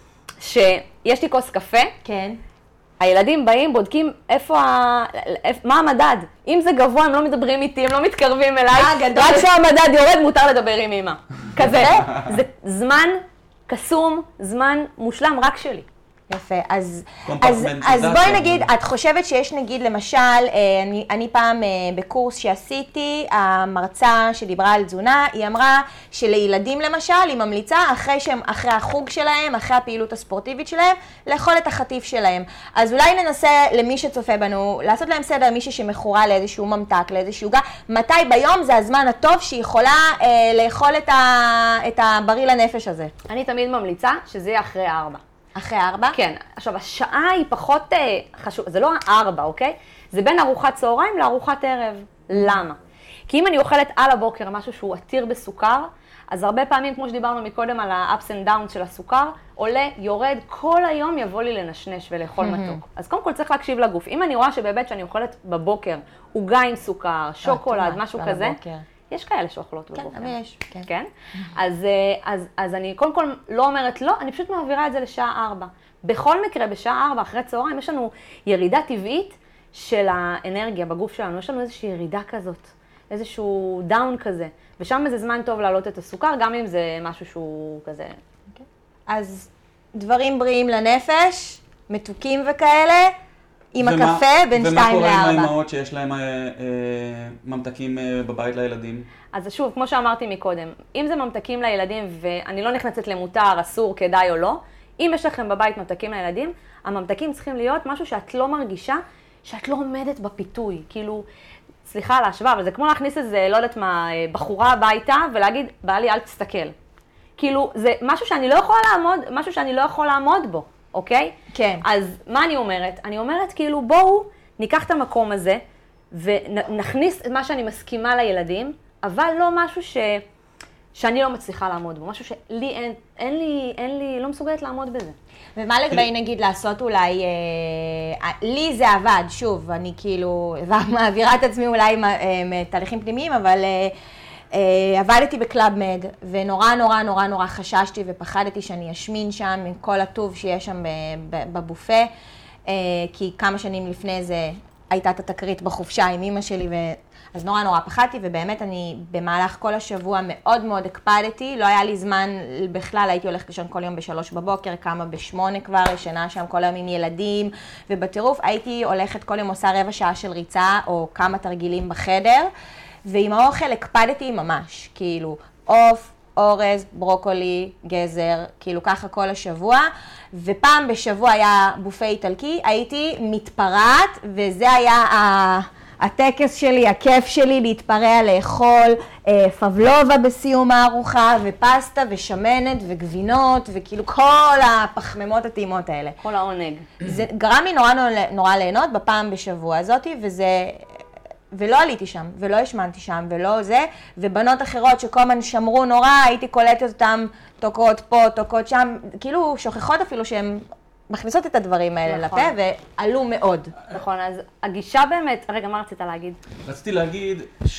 שיש לי כוס קפה. כן. הילדים באים, בודקים איפה ה... מה המדד. אם זה גבוה, הם לא מדברים איתי, הם לא מתקרבים אליי. רק כשהמדד יורד, מותר לדבר עם אמא. כזה. זה זמן קסום, זמן מושלם רק שלי. יפה, אז, אז, אז בואי נגיד, את חושבת שיש נגיד למשל, אני, אני פעם בקורס שעשיתי, המרצה שדיברה על תזונה, היא אמרה שלילדים למשל, היא ממליצה אחרי, שהם, אחרי החוג שלהם, אחרי הפעילות הספורטיבית שלהם, לאכול את החטיף שלהם. אז אולי ננסה למי שצופה בנו, לעשות להם סדר, מישהי שמכורה לאיזשהו ממתק, לאיזשהו גע, מתי ביום זה הזמן הטוב שהיא יכולה אה, לאכול את, ה, את הבריא לנפש הזה? אני תמיד ממליצה שזה יהיה אחרי ארבע. אחרי ארבע? כן. עכשיו, השעה היא פחות אה, חשוב, זה לא הארבע, אוקיי? זה בין ארוחת צהריים לארוחת ערב. למה? כי אם אני אוכלת על הבוקר משהו שהוא עתיר בסוכר, אז הרבה פעמים, כמו שדיברנו מקודם על ה-ups and downs של הסוכר, עולה, יורד, כל היום יבוא לי לנשנש ולאכול מתוק. אז קודם כל צריך להקשיב לגוף. אם אני רואה שבאמת שאני אוכלת בבוקר עוגה עם סוכר, שוקולד, משהו כזה, יש כאלה שאוכלות בבוקר. כן, יש. כן. כן? אז, אז, אז אני קודם כל לא אומרת לא, אני פשוט מעבירה את זה לשעה ארבע. בכל מקרה, בשעה ארבע, אחרי צהריים, יש לנו ירידה טבעית של האנרגיה בגוף שלנו. יש לנו איזושהי ירידה כזאת, איזשהו דאון כזה. ושם זה זמן טוב להעלות את הסוכר, גם אם זה משהו שהוא כזה. Okay. אז דברים בריאים לנפש, מתוקים וכאלה, עם ומה, הקפה בין שתיים לארבע. ומה קורה עם האמהות שיש להם אה, אה, ממתקים אה, בבית לילדים? אז שוב, כמו שאמרתי מקודם, אם זה ממתקים לילדים, ואני לא נכנסת למותר, אסור, כדאי או לא, אם יש לכם בבית ממתקים לילדים, הממתקים צריכים להיות משהו שאת לא מרגישה, שאת לא עומדת בפיתוי. כאילו, סליחה על ההשוואה, אבל זה כמו להכניס איזה, לא יודעת מה, בחורה הביתה, ולהגיד, בא לי, אל תסתכל. כאילו, זה משהו שאני לא יכולה לעמוד, משהו שאני לא יכול לעמוד בו. אוקיי? כן. אז מה אני אומרת? אני אומרת כאילו בואו ניקח את המקום הזה ונכניס את מה שאני מסכימה לילדים, אבל לא משהו ש... שאני לא מצליחה לעמוד בו, משהו שלי אין, אין לי, אין לי, לא מסוגלת לעמוד בזה. ומה לגבי נגיד לעשות אולי, אה, לי זה עבד, שוב, אני כאילו מעבירה את עצמי אולי מתהליכים פנימיים, אבל... אה, Uh, עבדתי בקלאב מד, ונורא נורא נורא נורא חששתי ופחדתי שאני אשמין שם עם כל הטוב שיש שם בבופה, uh, כי כמה שנים לפני זה הייתה את התקרית בחופשה עם אמא שלי, ו... אז נורא נורא פחדתי, ובאמת אני במהלך כל השבוע מאוד מאוד הקפדתי, לא היה לי זמן בכלל, הייתי הולכת לישון כל יום בשלוש בבוקר, כמה בשמונה כבר, ישנה שם כל היום עם ילדים, ובטירוף הייתי הולכת כל יום עושה רבע שעה של ריצה, או כמה תרגילים בחדר, ועם האוכל הקפדתי ממש, כאילו עוף, אורז, ברוקולי, גזר, כאילו ככה כל השבוע, ופעם בשבוע היה בופה איטלקי, הייתי מתפרעת, וזה היה הטקס שלי, הכיף שלי להתפרע לאכול אה, פבלובה בסיום הארוחה, ופסטה ושמנת וגבינות, וכאילו כל הפחמימות הטעימות האלה. כל העונג. זה גרם לי נורא נורא ליהנות בפעם בשבוע הזאת, וזה... ולא עליתי שם, ולא השמנתי שם, ולא זה, ובנות אחרות שכל הזמן שמרו נורא, הייתי קולטת אותם תוקעות פה, תוקעות שם, כאילו שוכחות אפילו שהן מכניסות את הדברים האלה נכון. לפה, ועלו מאוד. נכון, אז הגישה באמת, רגע, מה רצית להגיד? רציתי להגיד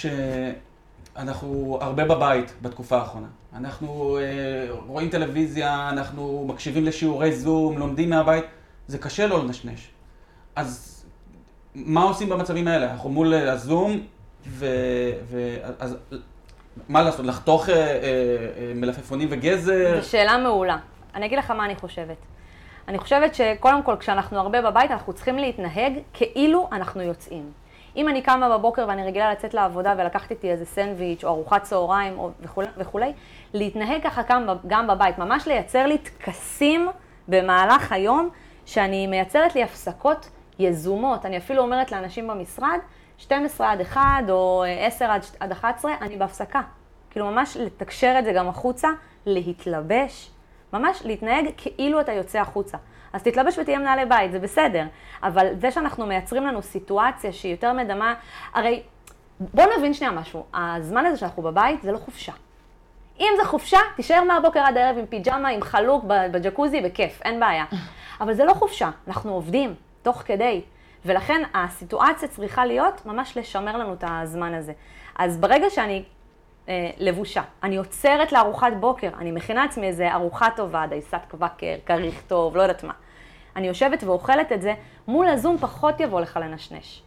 שאנחנו הרבה בבית בתקופה האחרונה. אנחנו אה, רואים טלוויזיה, אנחנו מקשיבים לשיעורי זום, לומדים מהבית, זה קשה לא לנשנש. אז... מה עושים במצבים האלה? אנחנו מול הזום, ו... ו... אז... מה לעשות? לחתוך אה, אה, מלפפונים וגזר? זו שאלה מעולה. אני אגיד לך מה אני חושבת. אני חושבת שקודם כל, כשאנחנו הרבה בבית, אנחנו צריכים להתנהג כאילו אנחנו יוצאים. אם אני קמה בבוקר ואני רגילה לצאת לעבודה ולקחת איתי איזה סנדוויץ' או ארוחת צהריים וכו', להתנהג ככה גם בבית, ממש לייצר לי טקסים במהלך היום, שאני מייצרת לי הפסקות יזומות. אני אפילו אומרת לאנשים במשרד, שתים עשרה עד אחת או עשר עד אחת עשרה, אני בהפסקה. כאילו ממש לתקשר את זה גם החוצה, להתלבש, ממש להתנהג כאילו אתה יוצא החוצה. אז תתלבש ותהיה מנהלי בית, זה בסדר. אבל זה שאנחנו מייצרים לנו סיטואציה שהיא יותר מדמה, הרי בואו נבין שנייה משהו, הזמן הזה שאנחנו בבית זה לא חופשה. אם זה חופשה, תישאר מהבוקר עד הערב עם פיג'מה, עם חלוק בג'קוזי, בכיף, אין בעיה. אבל זה לא חופשה, אנחנו עובדים תוך כדי. ולכן הסיטואציה צריכה להיות ממש לשמר לנו את הזמן הזה. אז ברגע שאני אה, לבושה, אני עוצרת לארוחת בוקר, אני מכינה עצמי איזה ארוחה טובה, דייסת קווקר, כריך טוב, לא יודעת מה. אני יושבת ואוכלת את זה, מול הזום פחות יבוא לך לנשנש.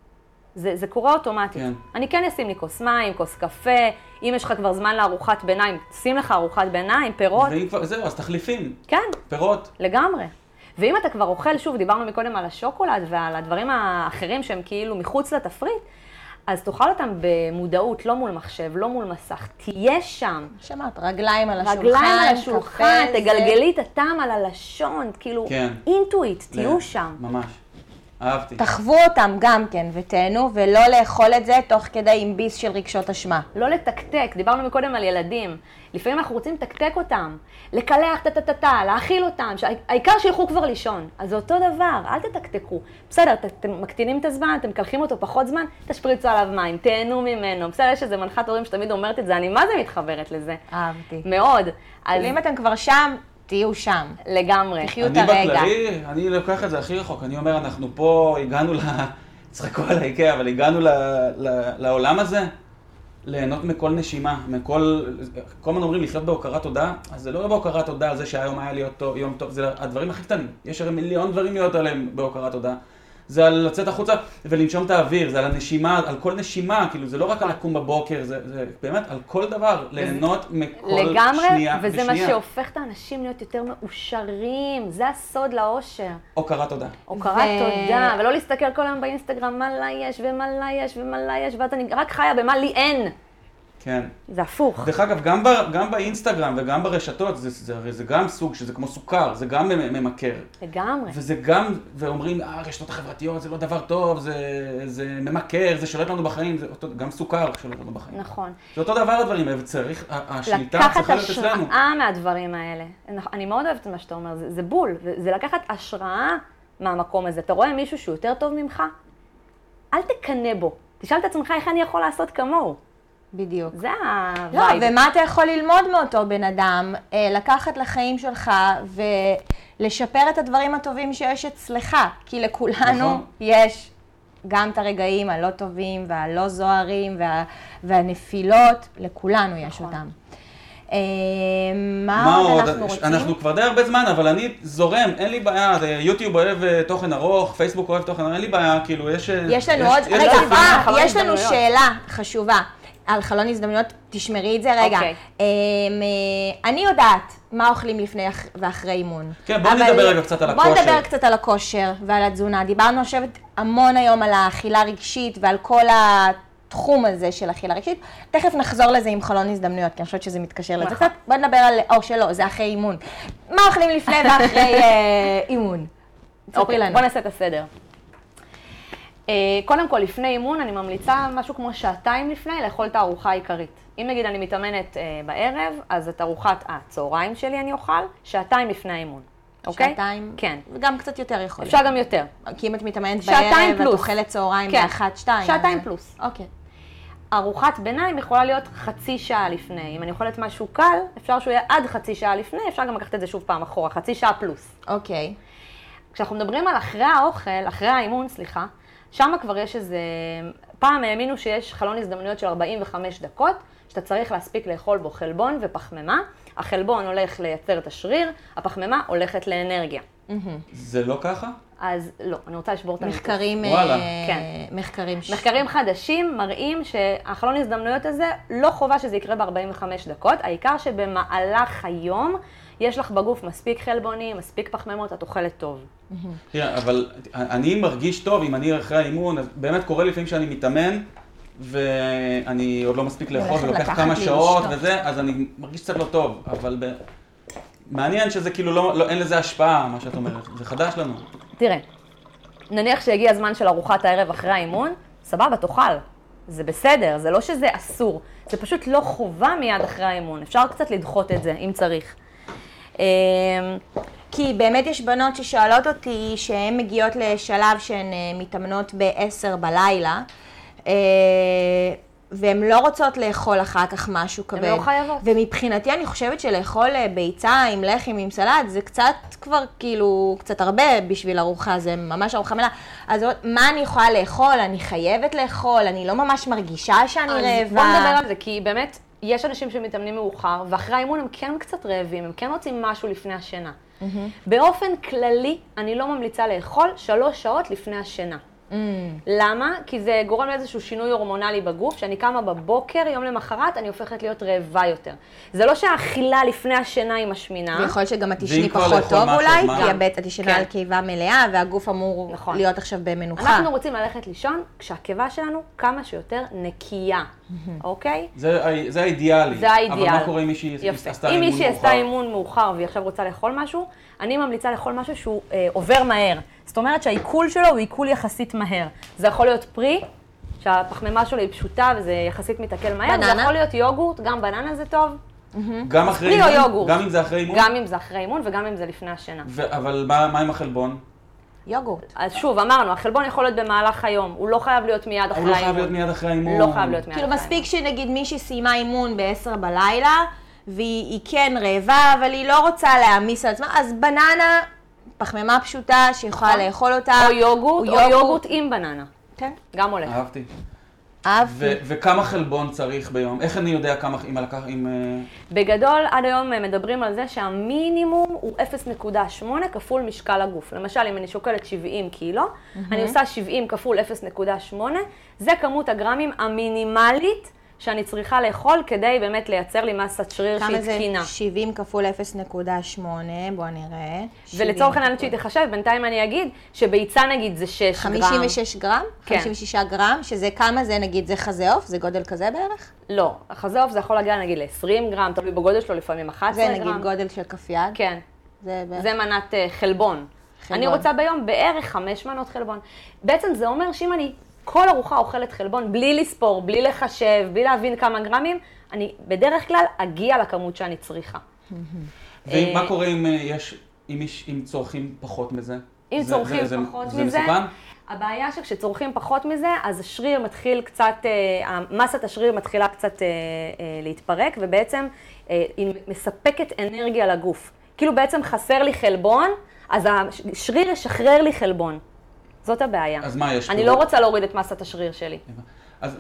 זה, זה קורה אוטומטית. כן. אני כן אשים לי כוס מים, כוס קפה, אם יש לך כבר זמן לארוחת ביניים, שים לך ארוחת ביניים, פירות. כבר, זהו, אז תחליפים. כן. פירות. לגמרי. ואם אתה כבר אוכל, שוב, דיברנו מקודם על השוקולד ועל הדברים האחרים שהם כאילו מחוץ לתפריט, אז תאכל אותם במודעות, לא מול מחשב, לא מול מסך. תהיה שם. שמעת, רגליים על השולחן, רגליים על השולחן, תגלגלי את הטעם על הלשון, כאילו, כן. אינטואיט, תהיו שם. ממש. אהבתי. תחוו אותם גם כן ותהנו, ולא לאכול את זה תוך כדי עם ביס של רגשות אשמה. לא לתקתק, דיברנו מקודם על ילדים. לפעמים אנחנו רוצים לתקתק אותם, לקלח טטטטה, להאכיל אותם, העיקר שילכו כבר לישון. אז זה אותו דבר, אל תתקתקו. בסדר, אתם מקטינים את הזמן, אתם מקלחים אותו פחות זמן, תשפריצו עליו מים, תהנו ממנו. בסדר, יש איזה מנחת הורים שתמיד אומרת את זה, אני מה זה מתחברת לזה? אהבתי. מאוד. אז אם אתם כבר שם, תהיו שם. לגמרי. תחיו את הרגע. אני בכללי, אני לוקח את זה הכי רחוק. אני אומר, אנחנו פה הגענו ל... צחקו על האיקאה, אבל הגענו ל... ל... לעולם הזה, ליהנות מכל נשימה, מכל... כל הזמן אומרים לחיות בהוקרת תודה, אז זה לא בהוקרת תודה על זה שהיום היה לי טוב, יום טוב, זה הדברים הכי קטנים. יש הרי מיליון דברים להיות עליהם בהוקרת תודה. זה על לצאת החוצה ולנשום את האוויר, זה על הנשימה, על כל נשימה, כאילו זה לא רק על לקום בבוקר, זה, זה באמת על כל דבר, ליהנות מכל לגמרי, שנייה וזה בשנייה. מה שהופך את האנשים להיות יותר מאושרים, זה הסוד לאושר. הוקרת תודה. הוקרת ו... תודה, ולא להסתכל כל היום באינסטגרם, מה לה יש ומה לה יש ומה לה יש, ואז אני רק חיה במה לי אין. כן. זה הפוך. דרך אגב, גם, ב, גם באינסטגרם וגם ברשתות, זה, זה, זה גם סוג שזה כמו סוכר, זה גם ממכר. לגמרי. וזה גם, ואומרים, אה, הרשתות החברתיות זה לא דבר טוב, זה, זה ממכר, זה שולט לנו בחיים, זה אותו, גם סוכר שולט לנו בחיים. נכון. זה אותו דבר הדברים האלה, וצריך, השליטה צריכה להיות אצלנו. לקחת השראה מהדברים האלה. אני מאוד אוהבת את מה שאתה אומר, זה, זה בול, זה לקחת השראה מהמקום הזה. אתה רואה מישהו שהוא יותר טוב ממך? אל תקנה בו. תשאל את עצמך איך אני יכול לעשות כמוהו. בדיוק. זה הווייב. לא, ומה אתה יכול ללמוד מאותו בן אדם, לקחת לחיים שלך ולשפר את הדברים הטובים שיש אצלך, כי לכולנו נכון. יש גם את הרגעים הלא טובים והלא זוהרים וה, והנפילות, לכולנו יש נכון. אותם. מה, מה עוד אנחנו רוצים? אנחנו כבר די הרבה זמן, אבל אני זורם, אין לי בעיה, יוטיוב אוהב תוכן ארוך, פייסבוק אוהב תוכן ארוך, אין לי בעיה, כאילו יש... יש לנו יש, עוד, יש רגע, אה, יש לנו שאלה חשובה. על חלון הזדמנויות, תשמרי את זה רגע. Okay. אני יודעת מה אוכלים לפני ואחרי אימון. כן, בוא נדבר רגע קצת על הכושר. בוא נדבר קצת על הכושר ועל התזונה. דיברנו עכשיו המון היום על האכילה רגשית ועל כל התחום הזה של אכילה רגשית. תכף נחזור לזה עם חלון הזדמנויות, כי אני חושבת שזה מתקשר לזה קצת. בוא נדבר על, או שלא, זה אחרי אימון. מה אוכלים לפני ואחרי אימון? ספרי לנו. בוא נעשה את הסדר. קודם כל, לפני אימון, אני ממליצה משהו כמו שעתיים לפני לאכול את הארוחה העיקרית. אם נגיד אני מתאמנת בערב, אז את ארוחת הצהריים שלי אני אוכל, שעתיים לפני האימון. אוקיי? שעתיים? כן. וגם קצת יותר יכול. אפשר גם יותר. כי אם את מתאמנת בערב, את אוכלת צהריים באחת, שתיים. שעתיים פלוס. אוקיי. ארוחת ביניים יכולה להיות חצי שעה לפני. אם אני אוכלת משהו קל, אפשר שהוא יהיה עד חצי שעה לפני, אפשר גם לקחת את זה שוב פעם אחורה, חצי שעה פלוס. אוקיי. כשאנחנו מדברים על אחרי האוכל, אחרי האימון, סליחה, שם כבר יש איזה, פעם האמינו שיש חלון הזדמנויות של ארבעים וחמש דקות, שאתה צריך להספיק לאכול בו חלבון ופחמימה. החלבון הולך לייצר את השריר, הפחמימה הולכת לאנרגיה. זה לא ככה? אז לא, אני רוצה לשבור את המיתוס. מחקרים, וואלה. כן. מחקרים. מחקרים חדשים מראים שהחלון הזדמנויות הזה לא חובה שזה יקרה ב-ארבעים וחמש דקות, העיקר שבמהלך היום יש לך בגוף מספיק חלבונים, מספיק פחמימות, את אוכלת טוב. תראה, אבל אני מרגיש טוב אם אני אחרי האימון, באמת קורה לפעמים שאני מתאמן, ואני עוד לא מספיק לאכול ולוקח כמה שעות וזה, אז אני מרגיש קצת לא טוב, אבל מעניין שזה כאילו לא, אין לזה השפעה, מה שאת אומרת, זה חדש לנו. תראה, נניח שהגיע הזמן של ארוחת הערב אחרי האימון, סבבה, תאכל. זה בסדר, זה לא שזה אסור, זה פשוט לא חובה מיד אחרי האימון, אפשר קצת לדחות את זה, אם צריך. כי באמת יש בנות ששואלות אותי שהן מגיעות לשלב שהן מתאמנות בעשר בלילה, והן לא רוצות לאכול אחר כך משהו כבד. הן לא חייבות. ומבחינתי אני חושבת שלאכול ביצה עם לחם, עם סלט, זה קצת כבר כאילו, קצת הרבה בשביל ארוחה, זה ממש ארוחה מלאה. אז מה אני יכולה לאכול? אני חייבת לאכול, אני לא ממש מרגישה שאני רעבה. אז בוא נדבר על זה, כי באמת יש אנשים שמתאמנים מאוחר, ואחרי האימון הם כן קצת רעבים, הם כן רוצים משהו לפני השינה. באופן כללי, אני לא ממליצה לאכול שלוש שעות לפני השינה. Mm. למה? כי זה גורם לאיזשהו שינוי הורמונלי בגוף, שאני קמה בבוקר, יום למחרת, אני הופכת להיות רעבה יותר. זה לא שהאכילה לפני השינה היא משמינה. ויכול שגם התשני פחות טוב אולי, כי הבית התשנה על קיבה מלאה, והגוף אמור נכון. להיות עכשיו במנוחה. אנחנו רוצים ללכת לישון כשהקיבה שלנו כמה שיותר נקייה, אוקיי? זה, זה האידיאלי. זה האידיאל. אבל מה קורה אם מישהי עשתה אימון מאוחר? אם מישהי עשתה אימון מאוחר והיא עכשיו רוצה לאכול משהו, אני ממליצה לאכול משהו שהוא אה, עובר מהר. זאת אומרת שהעיכול שלו הוא עיכול יחסית מהר. זה יכול להיות פרי, שהפחמימה שלו היא פשוטה וזה יחסית מתעכל מהר. בננה? זה יכול להיות יוגורט, גם בננה זה טוב. גם אחרי אימון? פרי או יוגורט. גם אם זה אחרי אימון? גם אם זה אחרי אימון וגם אם זה לפני השינה. ו- אבל מה, מה עם החלבון? יוגורט. אז שוב, אמרנו, החלבון יכול להיות במהלך היום, הוא לא חייב להיות מיד אחרי האימון. הוא לא חייב להיות מיד אחרי האימון. לא חייב להיות מיד אחרי האימון. כאילו מספיק שנגיד מישהי סיימה אימון ב-עשר בלילה, והיא כן רעבה, אבל היא לא רוצה להעמיס על עצמה, אז בננה, פחמימה פשוטה שיכולה לאכול אותה. או יוגורט, או יוגורט עם בננה. כן. גם הולך. אהבתי. אהבתי. וכמה חלבון צריך ביום? איך אני יודע כמה, אם לקח, אם... בגדול, עד היום מדברים על זה שהמינימום הוא אפס נקודה שמונה כפול משקל הגוף. למשל, אם אני שוקלת שבעים קילו, אני עושה שבעים כפול אפס נקודה שמונה, זה כמות הגרמים המינימלית שאני צריכה לאכול כדי באמת לייצר לי מסת שריר שהיא תקינה. כמה זה שבעים כפול אפס נקודה שמונה? בוא נראה. ולצורך העניין שהיא תחשב, בינתיים אני אגיד שביצה נגיד זה שש גרם. חמישים ושש גרם? כן. חמישים ושישה גרם, שזה כמה זה נגיד, זה חזה עוף? זה גודל כזה בערך? לא, החזה עוף זה יכול להגיע נגיד ל-עשרים גרם, תלוי בגודל שלו לפעמים אחת עשרה גרם. זה נגיד גודל של כף יד? כן. זה, בערך... זה מנת uh, חלבון. חלבון. אני רוצה ביום בערך חמש מנות חלבון. בעצם זה אומר שאם אני כל ארוחה אוכלת חלבון בלי לספור, בלי לחשב, בלי להבין כמה גרמים, אני בדרך כלל אגיע לכמות שאני צריכה. ומה קורה אם יש, אם צורכים פחות מזה? אם צורכים פחות מזה, זה מסוכן? הבעיה שכשצורכים פחות מזה, אז השריר מתחיל קצת, מסת השריר מתחילה קצת להתפרק, ובעצם היא מספקת אנרגיה לגוף. כאילו בעצם חסר לי חלבון, אז השריר ישחרר לי חלבון. זאת הבעיה. אז מה יש פה? אני לא רוצה להוריד את מסת השריר שלי. אז,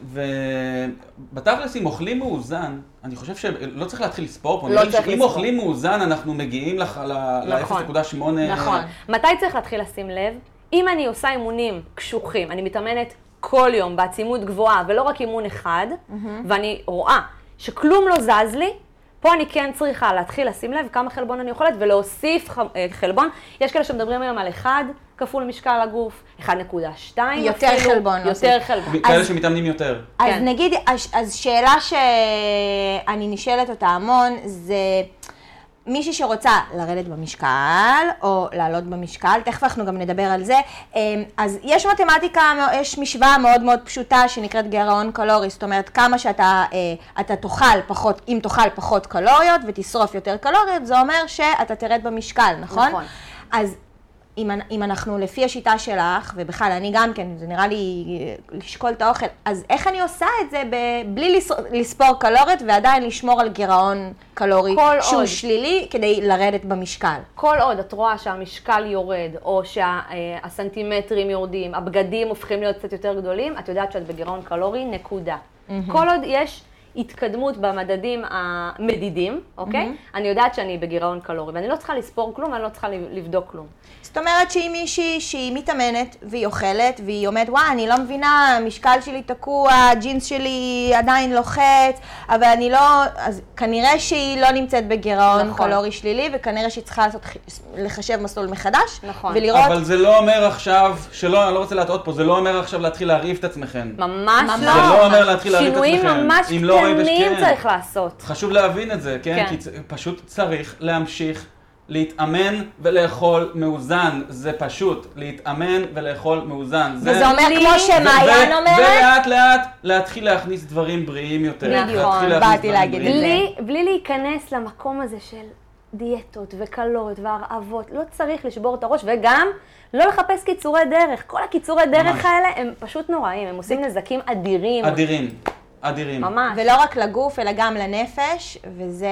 ובתכלס, אם אוכלים מאוזן, אני חושב שלא צריך להתחיל לספור פה. לא צריך לספור. אם אוכלים מאוזן, אנחנו מגיעים ל-אפס נקודה שמונה. נכון. מתי צריך להתחיל לשים לב? אם אני עושה אימונים קשוחים, אני מתאמנת כל יום בעצימות גבוהה, ולא רק אימון אחד, ואני רואה שכלום לא זז לי, פה אני כן צריכה להתחיל לשים לב כמה חלבון אני אוכלת ולהוסיף חלבון. יש כאלה שמדברים היום על אחד כפול משקל הגוף, אחד נקודה שתיים. יותר חלבון. יותר חלבון. כאלה שמתאמנים יותר. אז נגיד, אז שאלה שאני נשאלת אותה המון, זה מישהי שרוצה לרדת במשקל, או לעלות במשקל, תכף אנחנו גם נדבר על זה, אז יש מתמטיקה, יש משוואה מאוד מאוד פשוטה שנקראת גירעון קלורי, זאת אומרת כמה שאתה אתה תאכל פחות, אם תאכל פחות קלוריות ותשרוף יותר קלוריות, זה אומר שאתה תרד במשקל, נכון? נכון. אז אם, אם אנחנו לפי השיטה שלך, ובכלל אני גם כן, זה נראה לי לשקול את האוכל, אז איך אני עושה את זה ב- בלי לספור קלוריות ועדיין לשמור על גירעון קלורי שהוא עוד. שלילי כדי לרדת במשקל? כל עוד את רואה שהמשקל יורד, או שהסנטימטרים יורדים, הבגדים הופכים להיות קצת יותר גדולים, את יודעת שאת בגירעון קלורי, נקודה. Mm-hmm. כל עוד יש התקדמות במדדים המדידים, אוקיי? אני יודעת שאני בגירעון קלורי, ואני לא צריכה לספור כלום, ואני לא צריכה לבדוק כלום. זאת אומרת שהיא מישהי שהיא מתאמנת, והיא אוכלת, והיא אומרת, וואי, אני לא מבינה, המשקל שלי תקוע, הג'ינס שלי עדיין לוחץ, אבל אני לא, אז כנראה שהיא לא נמצאת בגירעון נכון. קלורי שלילי, וכנראה שהיא צריכה לעשות, לחשב מסלול מחדש, נכון. ולראות... אבל זה לא אומר עכשיו, שלא, אני לא רוצה להטעות פה, זה לא אומר עכשיו להתחיל להרעיף את עצמכם. ממש ממש. לא. זה לא אומר להתחיל להרעיף את עצמכם. שינויים ממש אם לא ראית קטנים שכן. צריך לעשות. חשוב להבין את זה, כן? כן. כי פשוט צריך להמשיך להתאמן ולאכול מאוזן. זה פשוט, להתאמן ולאכול מאוזן. וזה אומר כמו שמעיין אומרת... ולאט לאט להתחיל להכניס דברים בריאים יותר. בדיוק, להתחיל להכניס באתי דברים להגיד את בריאים. זה. בלי, בלי להיכנס למקום הזה של דיאטות וקלוריות והרעבות, לא צריך לשבור את הראש, וגם לא לחפש קיצורי דרך. כל הקיצורי דרך ממש. האלה הם פשוט נוראים, הם עושים נזקים אדירים. אדירים, אדירים. ממש. ולא רק לגוף, אלא גם לנפש, וזה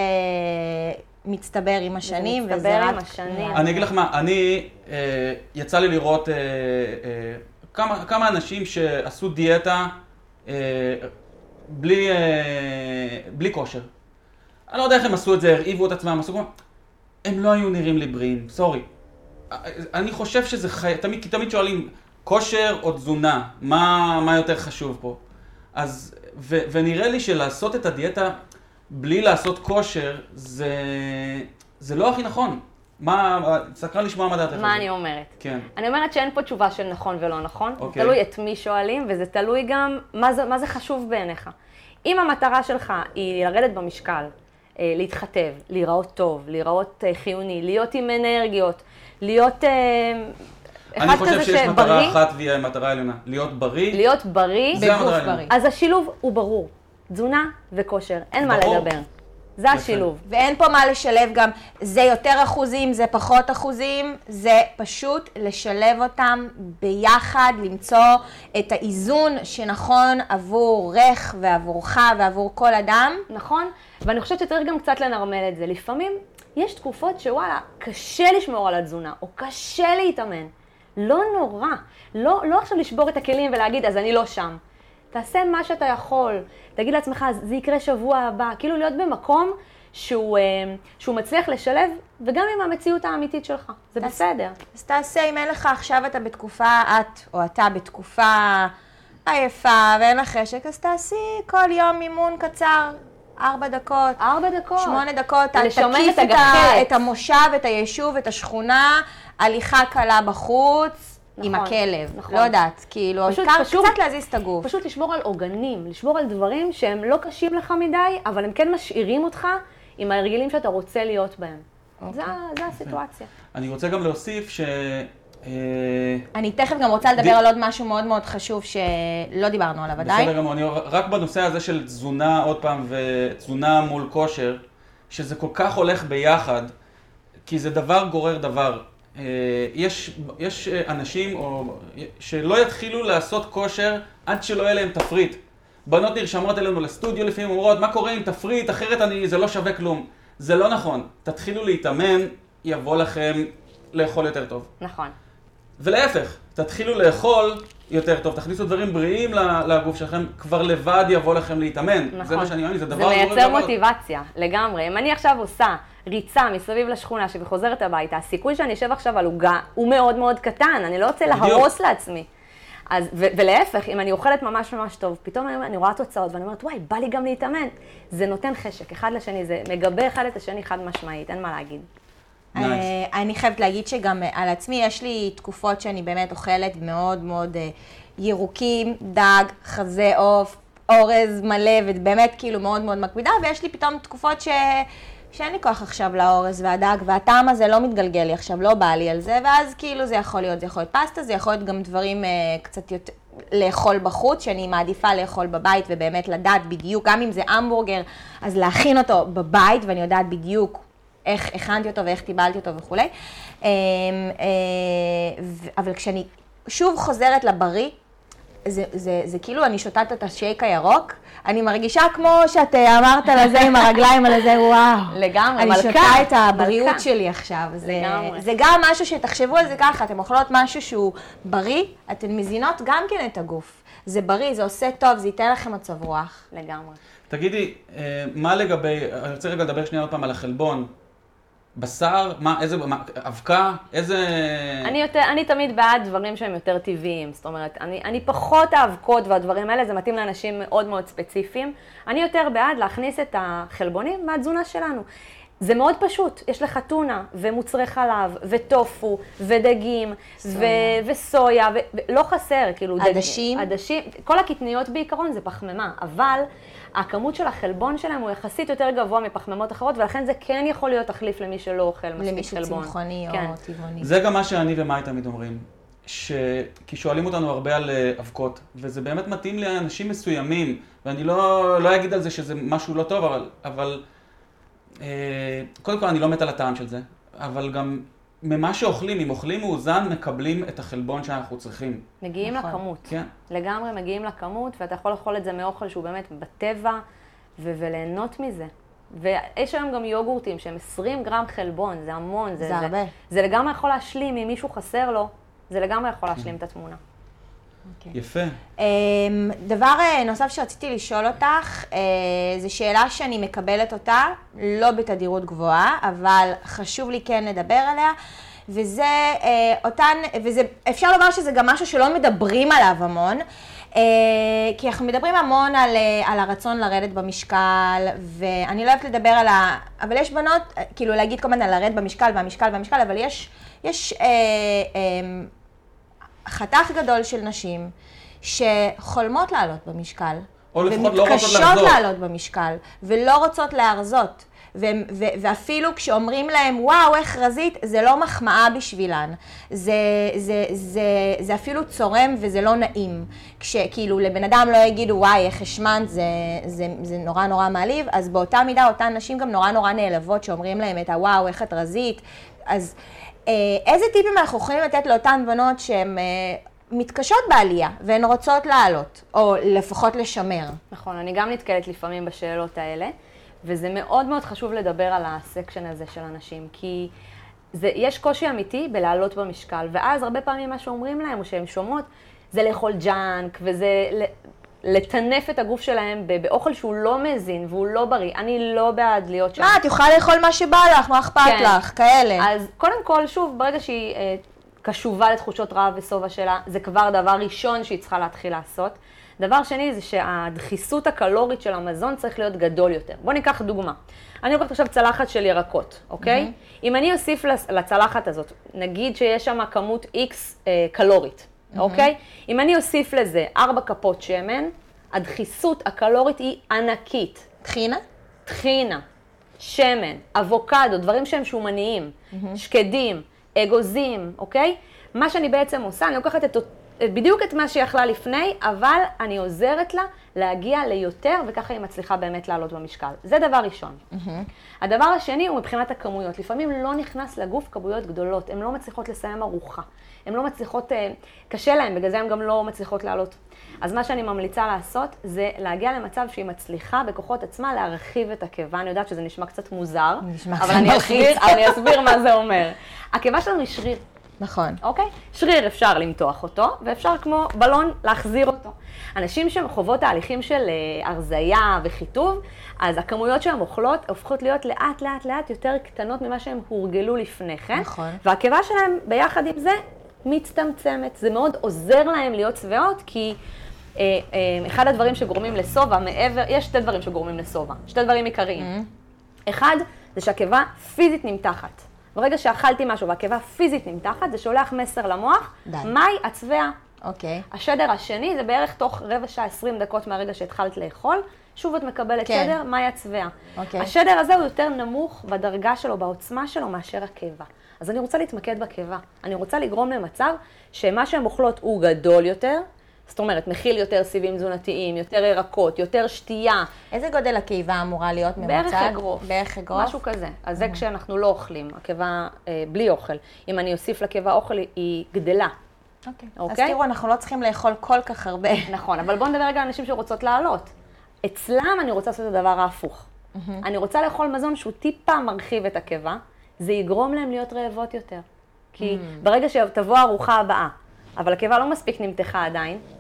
מצטבר עם השנים, מצטבר וזה עם רק... השנים. אני אגיד לך מה, אני, אה, יצא לי לראות אה, אה, כמה, כמה אנשים שעשו דיאטה אה, בלי, אה, בלי כושר. אני לא יודע איך הם עשו את זה, הרעיבו את עצמם, עשו כמו... הם לא היו נראים לי בריאים, סורי. אני חושב שזה חי... תמיד, כי תמיד שואלים, כושר או תזונה, מה, מה יותר חשוב פה? אז, ו, ונראה לי שלעשות את הדיאטה בלי לעשות כושר, זה, זה לא הכי נכון. מה, סקרן לשמוע מה דעתך. מה אני אומרת? כן. אני אומרת שאין פה תשובה של נכון ולא נכון. אוקיי. זה תלוי את מי שואלים, וזה תלוי גם מה זה, מה זה חשוב בעיניך. אם המטרה שלך היא לרדת במשקל, להתחתב, להיראות טוב, להיראות חיוני, להיות עם אנרגיות, להיות אני חושב שיש מטרה אחת והיא המטרה העליונה, להיות בריא. להיות בריא, זה המטרה העליונה. אז השילוב הוא ברור, תזונה וכושר, אין מה לדבר. זה השילוב. ואין פה מה לשלב גם, זה יותר אחוזים, זה פחות אחוזים, זה פשוט לשלב אותם ביחד, למצוא את האיזון שנכון עבור רך ועבורך ועבור כל אדם. נכון, ואני חושבת שצריך גם קצת לנרמל את זה. לפעמים יש תקופות שוואלה, קשה לשמור על התזונה, או קשה להתאמן. לא נורא, לא, לא עכשיו לשבור את הכלים ולהגיד, אז אני לא שם. תעשה מה שאתה יכול, תגיד לעצמך, זה יקרה שבוע הבא, כאילו להיות במקום שהוא, שהוא מצליח לשלב, וגם עם המציאות האמיתית שלך, זה תעש, בסדר. אז תעשה, אם אין לך עכשיו אתה בתקופה, את או אתה בתקופה עייפה ואין לך חשק, אז תעשי כל יום מימון קצר, ארבע דקות, ארבע דקות, שמונה דקות, תקיף את, את המושב, את היישוב, את השכונה, הליכה קלה בחוץ, נכון, עם הכלב, נכון. לא יודעת, כאילו, פשוט, פשוט, קצת להזיז את הגוף. פשוט לשמור על עוגנים, לשמור על דברים שהם לא קשים לך מדי, אבל הם כן משאירים אותך עם ההרגלים שאתה רוצה להיות בהם. Okay. זה, זה הסיטואציה. אני רוצה גם להוסיף ש... אני תכף גם רוצה לדבר ד... על עוד משהו מאוד מאוד חשוב שלא דיברנו עליו עדיין. בסדר גמור, אני רק בנושא הזה של תזונה עוד פעם ותזונה מול כושר, שזה כל כך הולך ביחד, כי זה דבר גורר דבר. יש, יש אנשים או, שלא יתחילו לעשות כושר עד שלא יהיה להם תפריט. בנות נרשמות אלינו לסטודיו לפעמים אומרות, מה קורה עם תפריט, אחרת אני, זה לא שווה כלום. זה לא נכון. תתחילו להתאמן, יבוא לכם לאכול יותר טוב. נכון. ולהפך, תתחילו לאכול יותר טוב, תכניסו דברים בריאים לגוף שלכם, כבר לבד יבוא לכם להתאמן. נכון. זה מה שאני מאמין, זה דבר... זה מייצר מוטיבציה, לגמרי. אם אני עכשיו עושה ריצה מסביב לשכונה וחוזרת הביתה, הסיכוי שאני אשב עכשיו על עוגה הוא מאוד מאוד קטן, אני לא רוצה להרוס לעצמי. אז, ו- ולהפך, אם אני אוכלת ממש ממש טוב, פתאום אני, אני רואה תוצאות ואני אומרת, וואי, בא לי גם להתאמן. זה נותן חשק, אחד לשני, זה מגבה אחד את השני חד משמעית, אין מה להגיד. Nice. אני חייבת להגיד שגם על עצמי, יש לי תקופות שאני באמת אוכלת מאוד מאוד ירוקים, דג, חזה עוף, אורז מלא, ובאמת כאילו מאוד מאוד מקבידה, ויש לי פתאום תקופות ש... שאין לי כוח עכשיו לאורז והדג, והטעם הזה לא מתגלגל לי עכשיו, לא בא לי על זה, ואז כאילו זה יכול להיות, זה יכול להיות פסטה, זה יכול להיות גם דברים אה, קצת יותר, לאכול בחוץ, שאני מעדיפה לאכול בבית, ובאמת לדעת בדיוק, גם אם זה המבורגר, אז להכין אותו בבית, ואני יודעת בדיוק איך הכנתי אותו ואיך טיבלתי אותו וכו'. אה, אה, אבל כשאני שוב חוזרת לבריא, זה, זה, זה כאילו אני שותת את השייק הירוק, אני מרגישה כמו שאת אמרת על זה עם הרגליים על זה, וואו. לגמרי, אני מלכה. שותה את הבריאות מלכה. שלי עכשיו. זה, לגמרי. זה גם משהו שתחשבו על זה ככה, אתם אוכלות משהו שהוא בריא, אתן מזינות גם כן את הגוף. זה בריא, זה עושה טוב, זה ייתן לכם מצב רוח. לגמרי. תגידי, מה לגבי, אני רוצה רגע לדבר שנייה עוד פעם על החלבון. בשר, מה, איזה, מה, אבקה, איזה... אני, יותר, אני תמיד בעד דברים שהם יותר טבעיים, זאת אומרת, אני, אני פחות האבקות והדברים האלה, זה מתאים לאנשים מאוד מאוד ספציפיים. אני יותר בעד להכניס את החלבונים מהתזונה שלנו. זה מאוד פשוט, יש לך טונה ומוצרי חלב וטופו ודגים ו- וסויה, ולא חסר, כאילו... עדשים. דג... עדשים. כל הקטניות בעיקרון זה פחמימה, אבל הכמות של החלבון שלהם הוא יחסית יותר גבוה מפחמימות אחרות, ולכן זה כן יכול להיות תחליף למי שלא אוכל מספיק למישהו חלבון. למישהו צמחוני כן. או טבעוני. זה גם מה שאני ומאי תמיד אומרים. ש... כי שואלים אותנו הרבה על אבקות, וזה באמת מתאים לאנשים מסוימים, ואני לא, לא אגיד על זה שזה משהו לא טוב, אבל... אבל... קודם כל אני לא מת על הטעם של זה, אבל גם ממה שאוכלים, אם אוכלים מאוזן, מקבלים את החלבון שאנחנו צריכים. מגיעים נכון. לכמות. כן. לגמרי מגיעים לכמות, ואתה יכול לאכול את זה מאוכל שהוא באמת בטבע, ו- וליהנות מזה. ויש היום גם יוגורטים שהם עשרים גרם חלבון, זה המון. זה, זה הרבה. זה לגמרי יכול להשלים, אם מישהו חסר לו, זה לגמרי יכול להשלים את התמונה. Okay. יפה. דבר נוסף שרציתי לשאול אותך, זו שאלה שאני מקבלת אותה, לא בתדירות גבוהה, אבל חשוב לי כן לדבר עליה, וזה אותן, וזה, אפשר לומר שזה גם משהו שלא מדברים עליו המון, כי אנחנו מדברים המון על, על הרצון לרדת במשקל, ואני לא אוהבת לדבר על ה... אבל יש בנות, כאילו להגיד כל הזמן על לרדת במשקל והמשקל והמשקל, אבל יש... יש אה, אה, חתך גדול של נשים שחולמות לעלות במשקל, או לפחות לא רוצות ומתקשות לעלות במשקל, ולא רוצות להרזות, ו- ו- ואפילו כשאומרים להם, וואו, איך רזית, זה לא מחמאה בשבילן. זה, זה, זה, זה אפילו צורם וזה לא נעים. כשכאילו לבן אדם לא יגידו, וואי, איך השמנת, זה, זה, זה נורא נורא מעליב, אז באותה מידה, אותן נשים גם נורא נורא נעלבות, שאומרים להם את הוואו, איך את רזית. אז איזה טיפים אנחנו יכולים לתת לאותן בנות שהן מתקשות בעלייה, והן רוצות לעלות, או לפחות לשמר? נכון, אני גם נתקלת לפעמים בשאלות האלה, וזה מאוד מאוד חשוב לדבר על הסקשן הזה של אנשים, כי זה, יש קושי אמיתי בלעלות במשקל, ואז הרבה פעמים מה שאומרים להם, או שהן שומעות, זה לאכול ג'אנק, וזה לטנף את הגוף שלהם באוכל שהוא לא מזין, והוא לא בריא. אני לא בעד להיות שם. מה, את יכולה לאכול מה שבא לך, מה אכפת כן. לך, כאלה. אז קודם כל, שוב, ברגע שהיא אה, קשובה לתחושות רעב וסובה שלה, זה כבר דבר ראשון שהיא צריכה להתחיל לעשות. דבר שני זה שהדחיסות הקלורית של המזון צריך להיות גדול יותר. בואו ניקח דוגמה. אני לוקחת עכשיו צלחת של ירקות, אוקיי? Mm-hmm. אם אני אוסיף לצלחת הזאת, נגיד שיש שם כמות X אה, קלורית, mm-hmm. אוקיי? אם אני אוסיף לזה ארבע כפות שמן, הדחיסות הקלורית היא ענקית. טחינה? טחינה, שמן, אבוקדו, דברים שהם שומניים, mm-hmm. שקדים, אגוזים, אוקיי? מה שאני בעצם עושה, אני לוקחת את בדיוק את מה שהיא אכלה לפני, אבל אני עוזרת לה להגיע ליותר, וככה היא מצליחה באמת לעלות במשקל. זה דבר ראשון. Mm-hmm. הדבר השני הוא מבחינת הכמויות. לפעמים לא נכנס לגוף כמויות גדולות, הן לא מצליחות לסיים ארוחה. הן לא מצליחות, קשה להן, בגלל זה הן גם לא מצליחות לעלות. אז מה שאני ממליצה לעשות, זה להגיע למצב שהיא מצליחה בכוחות עצמה להרחיב את הקיבה. אני יודעת שזה נשמע קצת מוזר, אבל אני אסביר, אני אסביר מה זה אומר. הקיבה שלנו היא שריר. נכון. אוקיי? שריר אפשר למתוח אותו, ואפשר כמו בלון להחזיר אותו. אנשים שחוות תהליכים של הרזיה וחיטוב, אז הכמויות שהן אוכלות הופכות להיות לאט לאט לאט יותר קטנות ממה שהן הורגלו לפני כן. נכון. והקיבה שלהם ביחד עם זה מצטמצמת. זה מאוד עוזר להם להיות שבעות, כי אה, אה, אחד הדברים שגורמים לסובה מעבר, יש שתי דברים שגורמים לסובה, שתי דברים עיקריים. Mm-hmm. אחד, זה שהקיבה פיזית נמתחת. ברגע שאכלתי משהו והקיבה פיזית נמתחת, זה שולח מסר למוח, מהי הצבעה. אוקיי. השדר השני זה בערך תוך רבע שעה, עשרים דקות מהרגע שהתחלת לאכול, שוב את מקבלת כן. שדר, מהי הצבעה. אוקיי. השדר הזה הוא יותר נמוך בדרגה שלו, בעוצמה שלו, מאשר הקיבה. אז אני רוצה להתמקד בקיבה. אני רוצה לגרום למצב שמה שהן אוכלות הוא גדול יותר, זאת אומרת, מכיל יותר סיבים תזונתיים, יותר ירקות, יותר שתייה. איזה גודל הקיבה אמורה להיות ממוצד? בערך אגרוף. בערך אגרוף? משהו כזה. אז זה כשאנחנו לא אוכלים, הקיבה אה, בלי אוכל. אם אני אוסיף לקיבה אוכל, היא גדלה. אוקיי. אוקיי? אז תראו, אנחנו לא צריכים לאכול כל כך הרבה. נכון, אבל בואו נדבר רגע על אנשים שרוצות לעלות. אצלם אני רוצה לעשות את הדבר ההפוך. אני רוצה לאכול מזון שהוא טיפה מרחיב את הקיבה, זה יגרום להם להיות רעבות יותר. כי ברגע שתבוא הארוחה הבאה, אבל הקיבה לא מספיק נמתחה עדיין,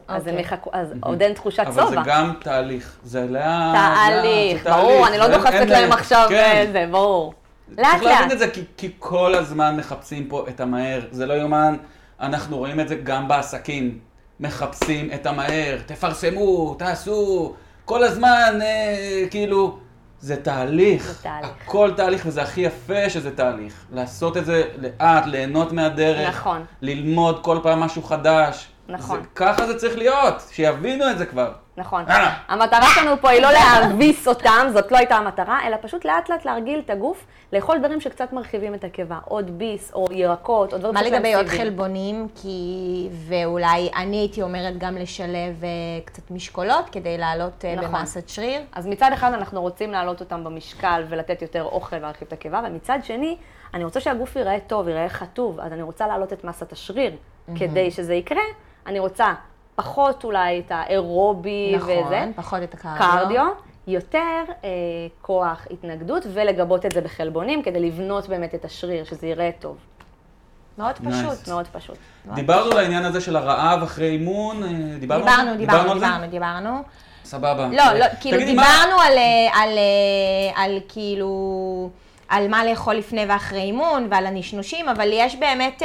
אז עוד אין תחושת סובה. אבל זה גם תהליך, זה לאט, תהליך, ברור, אני לא דוחפת להם עכשיו, זה ברור. לאט לאט. צריך להבין את זה, כי כל הזמן מחפשים פה את המהר, זה לא יומן, אנחנו רואים את זה גם בעסקים, מחפשים את המהר, תפרסמו, תעשו, כל הזמן, כאילו, זה תהליך, זה תהליך. הכל תהליך, וזה הכי יפה שזה תהליך. לעשות את זה לאט, ליהנות מהדרך, נכון. ללמוד כל פעם משהו חדש. נכון. זה, ככה זה צריך להיות, שיבינו את זה כבר. נכון. המטרה שלנו פה היא לא להביס אותם, זאת לא הייתה המטרה, אלא פשוט לאט לאט להרגיל את הגוף, לאכול דברים שקצת מרחיבים את הקיבה, עוד ביס, או ירקות, או דברים מה לגבי עוד חלבונים? כי, ואולי אני הייתי אומרת גם לשלב קצת משקולות, כדי לעלות במסת שריר. אז מצד אחד אנחנו רוצים להעלות אותם במשקל, ולתת יותר אוכל ולהרחיב את הקיבה, ומצד שני, אני רוצה שהגוף ייראה טוב, ייראה חטוב, אז אני רוצה להעלות את מסת השריר. כדי שזה יקרה, אני רוצה פחות אולי את האירובי נכון, וזה. נכון, פחות את הקרדיו. קרדיו, יותר אה, כוח התנגדות ולגבות את זה בחלבונים כדי לבנות באמת את השריר, שזה יראה טוב. מאוד פשוט. Nice. מאוד פשוט. דיברנו על העניין הזה של הרעב אחרי אימון, דיברנו דיברנו, על זה? דיברנו, דיברנו, דיברנו. סבבה. לא, לא, כאילו דיברנו על, על, על כאילו, על מה לאכול לפני ואחרי אימון ועל הנשנושים, אבל יש באמת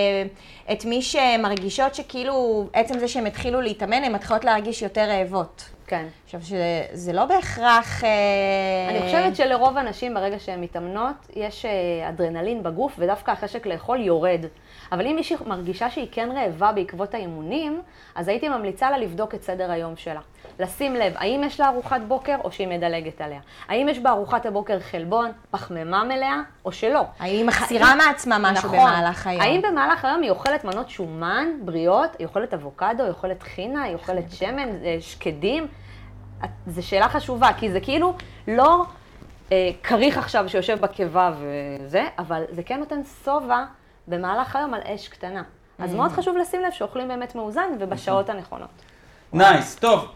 את מי שמרגישות שכאילו, עצם זה שהם התחילו להתאמן, הן מתחילות להרגיש יותר רעבות. כן. עכשיו שזה לא בהכרח... אני חושבת שלרוב האנשים ברגע שהן מתאמנות, יש אדרנלין בגוף ודווקא החשק לאכול יורד. אבל אם מישהי מרגישה שהיא כן רעבה בעקבות האימונים, אז הייתי ממליצה לה לבדוק את סדר היום שלה. לשים לב, האם יש לה ארוחת בוקר או שהיא מדלגת עליה? האם יש בארוחת הבוקר חלבון, פחמימה מלאה או שלא? האם היא מחסירה מעצמה משהו נכון. במהלך היום? האם במהלך היום היא אוכלת מנות שומן, בריאות, היא אוכלת אבוקדו, היא אוכלת חינה, היא אוכלת שמן, שקדים? זו שאלה חשובה, כי זה כאילו לא אה, קריך עכשיו שיושב בקיבה וזה, אבל זה כן נותן סובה במהלך היום על אש קטנה. אז מאוד חשוב לשים לב שאוכלים באמת מאוזן ובשעות הנכונות. נייס, טוב.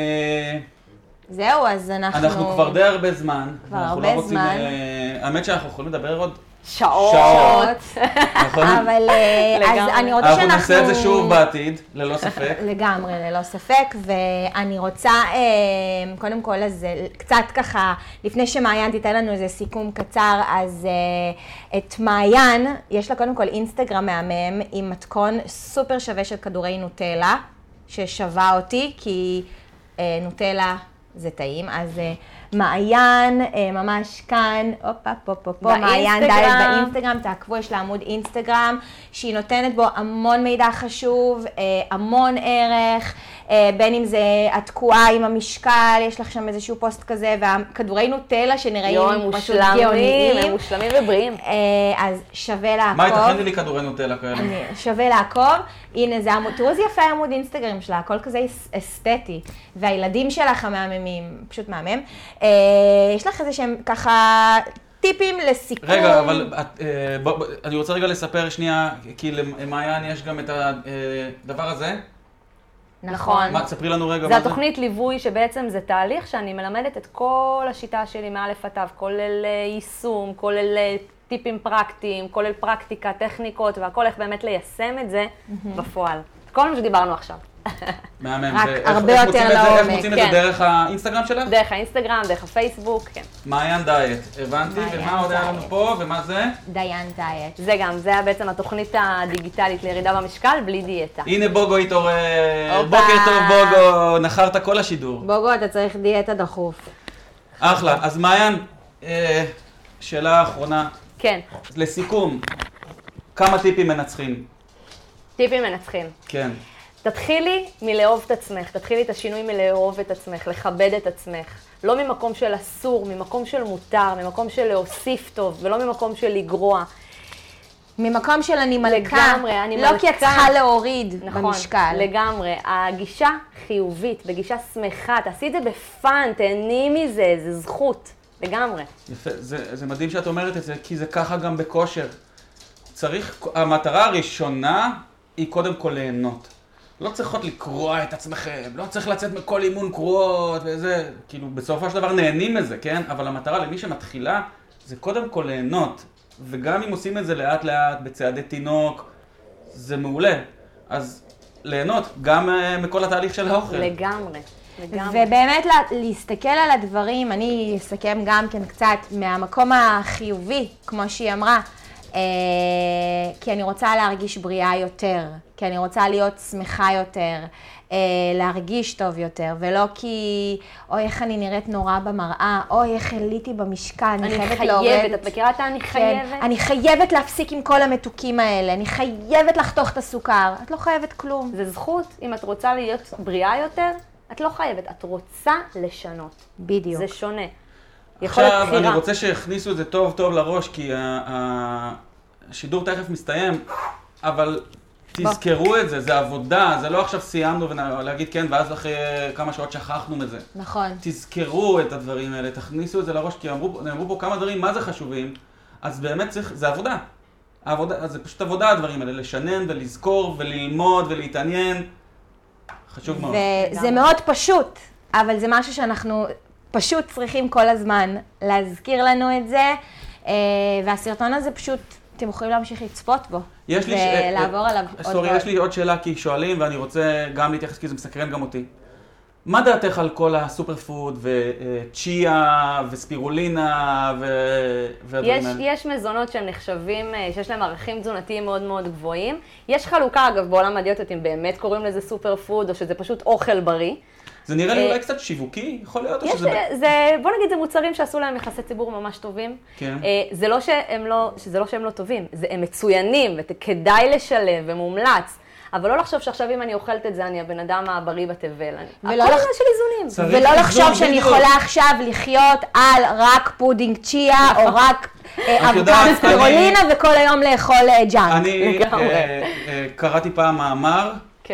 זהו, אז אנחנו... אנחנו כבר די הרבה זמן. כבר הרבה זמן. האמת שאנחנו יכולים לדבר עוד שעות. שעות. אבל אז אני רוצה שאנחנו... אנחנו נעשה את זה שוב בעתיד, ללא ספק. לגמרי, ללא ספק, ואני רוצה קודם כל אז קצת ככה, לפני שמעיין תיתן לנו איזה סיכום קצר, אז את מעיין, יש לה קודם כל אינסטגרם מהמם, עם מתכון סופר שווה של כדורי נוטלה, ששווה אותי, כי נוטלה זה טעים, אז מעיין, ממש כאן, הופה, פה, פה, פה, מעיין דיאט באינסטגרם, תעקבו, יש לה עמוד אינסטגרם, שהיא נותנת בו המון מידע חשוב, המון ערך, בין אם זה התקועה עם המשקל, יש לך שם איזשהו פוסט כזה, והכדורי נוטלה שנראים פשוט גאוניים. הם מושלמים ובריאים. אז שווה לעקוב. מה, תכני לי כדורי נוטלה כאלה? שווה לעקוב. הנה, זה עמוד, תראו איזה יפה עמוד אינסטגרם שלה, הכל כזה אסתטי. והילדים שלך המהממים, פשוט מהמם. יש לך איזה שהם ככה טיפים לסיכום. רגע, אבל אני רוצה רגע לספר שנייה, כי למעיין יש גם את הדבר הזה. נכון. מה, תספרי לנו רגע מה זה. זה התוכנית ליווי שבעצם זה תהליך שאני מלמדת את כל השיטה שלי מאלף עד תו, כולל יישום, כולל טיפים פרקטיים, כולל פרקטיקה, טכניקות, והכל איך באמת ליישם את זה בפועל. כל מה שדיברנו עכשיו. מהמם. רק הרבה יותר לעומק. איך מוצאים את זה דרך האינסטגרם שלך? דרך האינסטגרם, דרך הפייסבוק, כן. מעיין דיאט, הבנתי, ומה עוד היה לנו פה, ומה זה? דיין דיאט. זה גם, זה היה בעצם התוכנית הדיגיטלית לירידה במשקל בלי דיאטה. הנה בוגו התעורר, בוקר טוב בוגו, נחרת כל השידור. בוגו, אתה צריך דיאטה דחוף. אחלה, אז מעיין, שאלה אחרונה. כן. לסיכום, כמה טיפים מנצחים? טיפים מנצחים. כן. תתחילי מלאהוב את עצמך, תתחילי את השינוי מלאהוב את עצמך, לכבד את עצמך. לא ממקום של אסור, ממקום של מותר, ממקום של להוסיף טוב, ולא ממקום של לגרוע. ממקום של אני מלכה, לגמרי, אני מלכה. לא כי את צריכה להוריד נכון, במשקל. לגמרי. הגישה חיובית, בגישה שמחה, תעשי את זה בפאן, תהני מזה, זה זכות. לגמרי. יפה, זה, זה מדהים שאת אומרת את זה, כי זה ככה גם בכושר. צריך, המטרה הראשונה היא קודם כל ליהנות. לא צריכות לקרוע את עצמכם, לא צריך לצאת מכל אימון קרועות וזה, כאילו בסופו של דבר נהנים מזה, כן? אבל המטרה למי שמתחילה זה קודם כל ליהנות, וגם אם עושים את זה לאט לאט, בצעדי תינוק, זה מעולה. אז ליהנות, גם מכל התהליך של האוכל. לגמרי. לגמרי. ובאמת להסתכל על הדברים, אני אסכם גם כן קצת מהמקום החיובי, כמו שהיא אמרה, כי אני רוצה להרגיש בריאה יותר, כי אני רוצה להיות שמחה יותר, להרגיש טוב יותר, ולא כי, אוי, איך אני נראית נורא במראה, אוי, איך עליתי במשקל, אני חייבת להורד. אני חייבת, את מכירה את אני חייבת? אני חייבת להפסיק עם כל המתוקים האלה, אני חייבת לחתוך את הסוכר, את לא חייבת כלום. זה זכות, אם את רוצה להיות בריאה יותר, את לא חייבת, את רוצה לשנות. בדיוק. זה שונה. עכשיו אני רוצה שיכניסו את זה טוב טוב לראש, כי השידור תכף מסתיים, אבל תזכרו את זה, זה עבודה, זה לא עכשיו סיימנו ולהגיד כן, ואז אחרי כמה שעות שכחנו מזה. נכון. תזכרו את הדברים האלה, תכניסו את זה לראש, כי אמרו, אמרו פה כמה דברים, מה זה חשובים, אז באמת צריך, זה עבודה. העבודה, זה פשוט עבודה הדברים האלה, לשנן ולזכור וללמוד ולהתעניין. חשוב מאוד. וזה מאוד פשוט, אבל זה משהו שאנחנו פשוט צריכים כל הזמן להזכיר לנו את זה, והסרטון הזה פשוט, אתם יכולים להמשיך לצפות בו, ולעבור עליו עוד סורי, יש לי עוד שאלה כי שואלים, ואני רוצה גם להתייחס כי זה מסקרן גם אותי. מה דעתך על כל הסופר פוד וצ'יה וספירולינה והדברים האלה? יש מזונות שהם נחשבים, שיש להם ערכים תזונתיים מאוד מאוד גבוהים. יש חלוקה, אגב, בעולם הדיאטות, אם באמת קוראים לזה סופר פוד, או שזה פשוט אוכל בריא. זה נראה לי אולי קצת שיווקי, יכול להיות? יש, זה, בוא נגיד, זה מוצרים שעשו להם יחסי ציבור ממש טובים. כן. זה לא שהם לא, שזה לא שהם לא טובים, זה הם מצוינים, וכדאי לשלב ומומלץ. אבל לא לחשוב שעכשיו אם אני אוכלת את זה, אני הבן אדם הבריא בתבל. הכל עניין של איזונים. ולא לחשוב שאני יכולה עכשיו לחיות על רק פודינג צ'יה, או רק אבקת ספירולינה, וכל היום לאכול ג'אנק. אני קראתי פעם מאמר,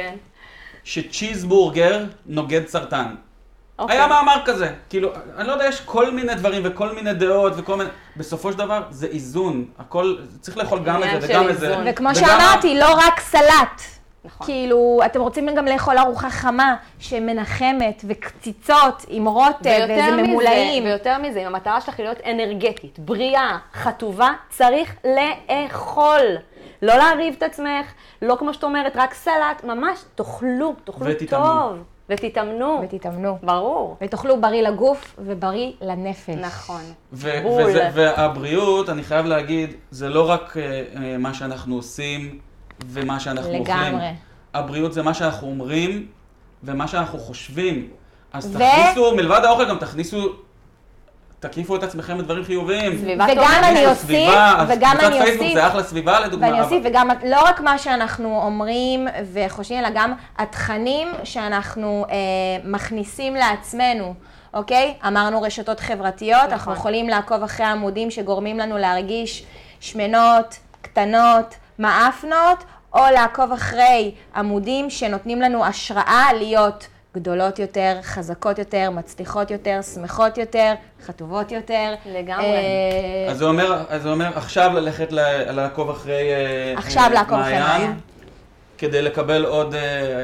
שצ'יזבורגר נוגד סרטן. היה מאמר כזה. כאילו, אני לא יודע, יש כל מיני דברים וכל מיני דעות וכל מיני... בסופו של דבר, זה איזון. הכל, צריך לאכול גם את זה וגם את זה. וכמו שאמרתי, לא רק סלט. כאילו, אתם רוצים גם לאכול ארוחה חמה שמנחמת וקציצות עם רוטב ואיזה ממולאים. ויותר מזה, אם המטרה שלך היא להיות אנרגטית, בריאה, חטובה, צריך לאכול. לא להריב את עצמך, לא כמו שאת אומרת, רק סלט, ממש תאכלו, תאכלו טוב. ותתאמנו. ותתאמנו. ברור. ותאכלו בריא לגוף ובריא לנפש. נכון. והבריאות, אני חייב להגיד, זה לא רק מה שאנחנו עושים, ומה שאנחנו אוכלים. לגמרי. הבריאות זה מה שאנחנו אומרים, ומה שאנחנו חושבים. אז תכניסו, מלבד האוכל גם תכניסו, תקיפו את עצמכם בדברים חיוביים. וגם אני אוסיף, וגם אני אוסיף, פייסבוק זה אחלה סביבה לדוגמה. ואני אוסיף, וגם לא רק מה שאנחנו אומרים וחושבים, אלא גם התכנים שאנחנו מכניסים לעצמנו. אוקיי? אמרנו רשתות חברתיות, אנחנו יכולים לעקוב אחרי עמודים שגורמים לנו להרגיש שמנות, קטנות, מאפנות, או לעקוב אחרי עמודים שנותנים לנו השראה להיות גדולות יותר, חזקות יותר, מצליחות יותר, שמחות יותר, חטובות יותר. לגמרי. אז זה אומר, אז זה אומר עכשיו ללכת לעקוב אחרי עכשיו לעקוב אחרי מעיין. כדי לקבל עוד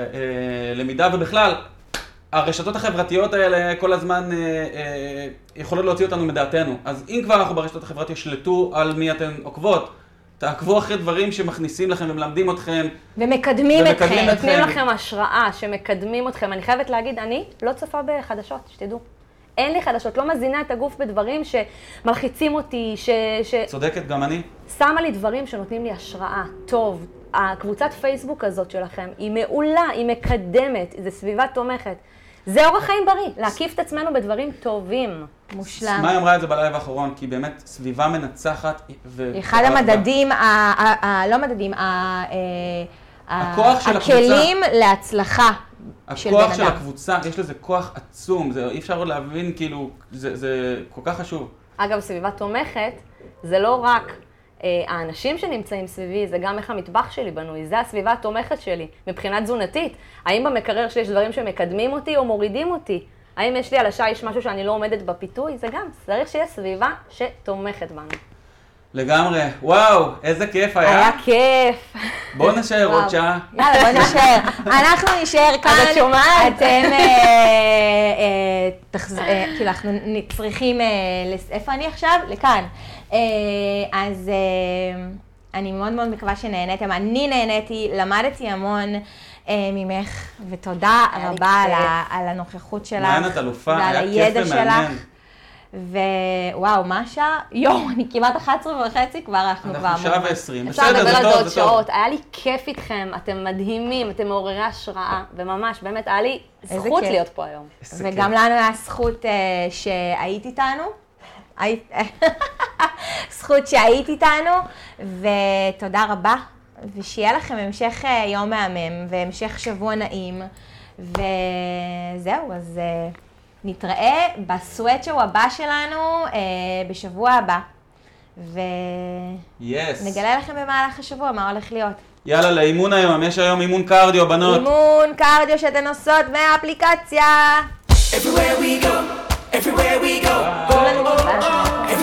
למידה, ובכלל, הרשתות החברתיות האלה כל הזמן יכולות להוציא אותנו מדעתנו. אז אם כבר אנחנו ברשתות החברתיות שלטו על מי אתן עוקבות, תעקבו אחרי דברים שמכניסים לכם ומלמדים אתכם. ומקדמים אתכם. נותנים לכם השראה שמקדמים אתכם. אני חייבת להגיד, אני לא צופה בחדשות, שתדעו. אין לי חדשות, לא מזינה את הגוף בדברים שמלחיצים אותי, ש... ש... צודקת, גם אני. שמה לי דברים שנותנים לי השראה, טוב. הקבוצת פייסבוק הזאת שלכם היא מעולה, היא מקדמת, זו סביבה תומכת. זה אורח חיים בריא, להקיף את עצמנו בדברים טובים. מושלם. מה היא אמרה את זה בלייב האחרון? כי באמת סביבה מנצחת ו... אחד המדדים, לא מדדים, הכוח של הקבוצה. הכלים להצלחה של בן אדם. הכוח של הקבוצה, יש לזה כוח עצום, אי אפשר להבין, כאילו, זה כל כך חשוב. אגב, סביבה תומכת, זה לא רק האנשים שנמצאים סביבי, זה גם איך המטבח שלי בנוי, זה הסביבה התומכת שלי, מבחינה תזונתית. האם במקרר שלי יש דברים שמקדמים אותי או מורידים אותי? האם יש לי על השיש משהו שאני לא עומדת בפיתוי? זה גם, צריך שיהיה סביבה שתומכת בנו. לגמרי, וואו, איזה כיף היה. היה כיף. בואו נשאר עוד שעה. יאללה, בואו נשאר. אנחנו נשאר כאן. אז את שומעת? אתם, כאילו, אנחנו צריכים, איפה אני עכשיו? לכאן. אז אני מאוד מאוד מקווה שנהניתם. אני נהניתי, למדתי המון. ממך, ותודה רבה על, ה, על הנוכחות שלך. מעיין את אלופה, ועל היה כיף ומעניין. ווואו, מה השעה? יואו, אני כמעט אחת עשרה וחצי, כבר אנחנו כבר... אנחנו שעה ועשרים, בסדר, זה טוב, זה טוב. אפשר לדבר על זה עוד שעות. היה לי כיף איתכם, אתם מדהימים, אתם מעוררי השראה, וממש, באמת, היה לי זכות להיות פה היום. וגם לנו היה זכות שהיית איתנו. זכות שהיית איתנו, ותודה רבה. ושיהיה לכם המשך יום מהמם, והמשך שבוע נעים. וזהו, אז... נתראה בסוואצ'ו הבא שלנו אה, בשבוע הבא, ונגלה לכם במהלך השבוע מה הולך להיות. יאללה, לאימון היום, יש היום אימון קרדיו, בנות. אימון קרדיו שאתן עושות מהאפליקציה. Everywhere we go, everywhere we go.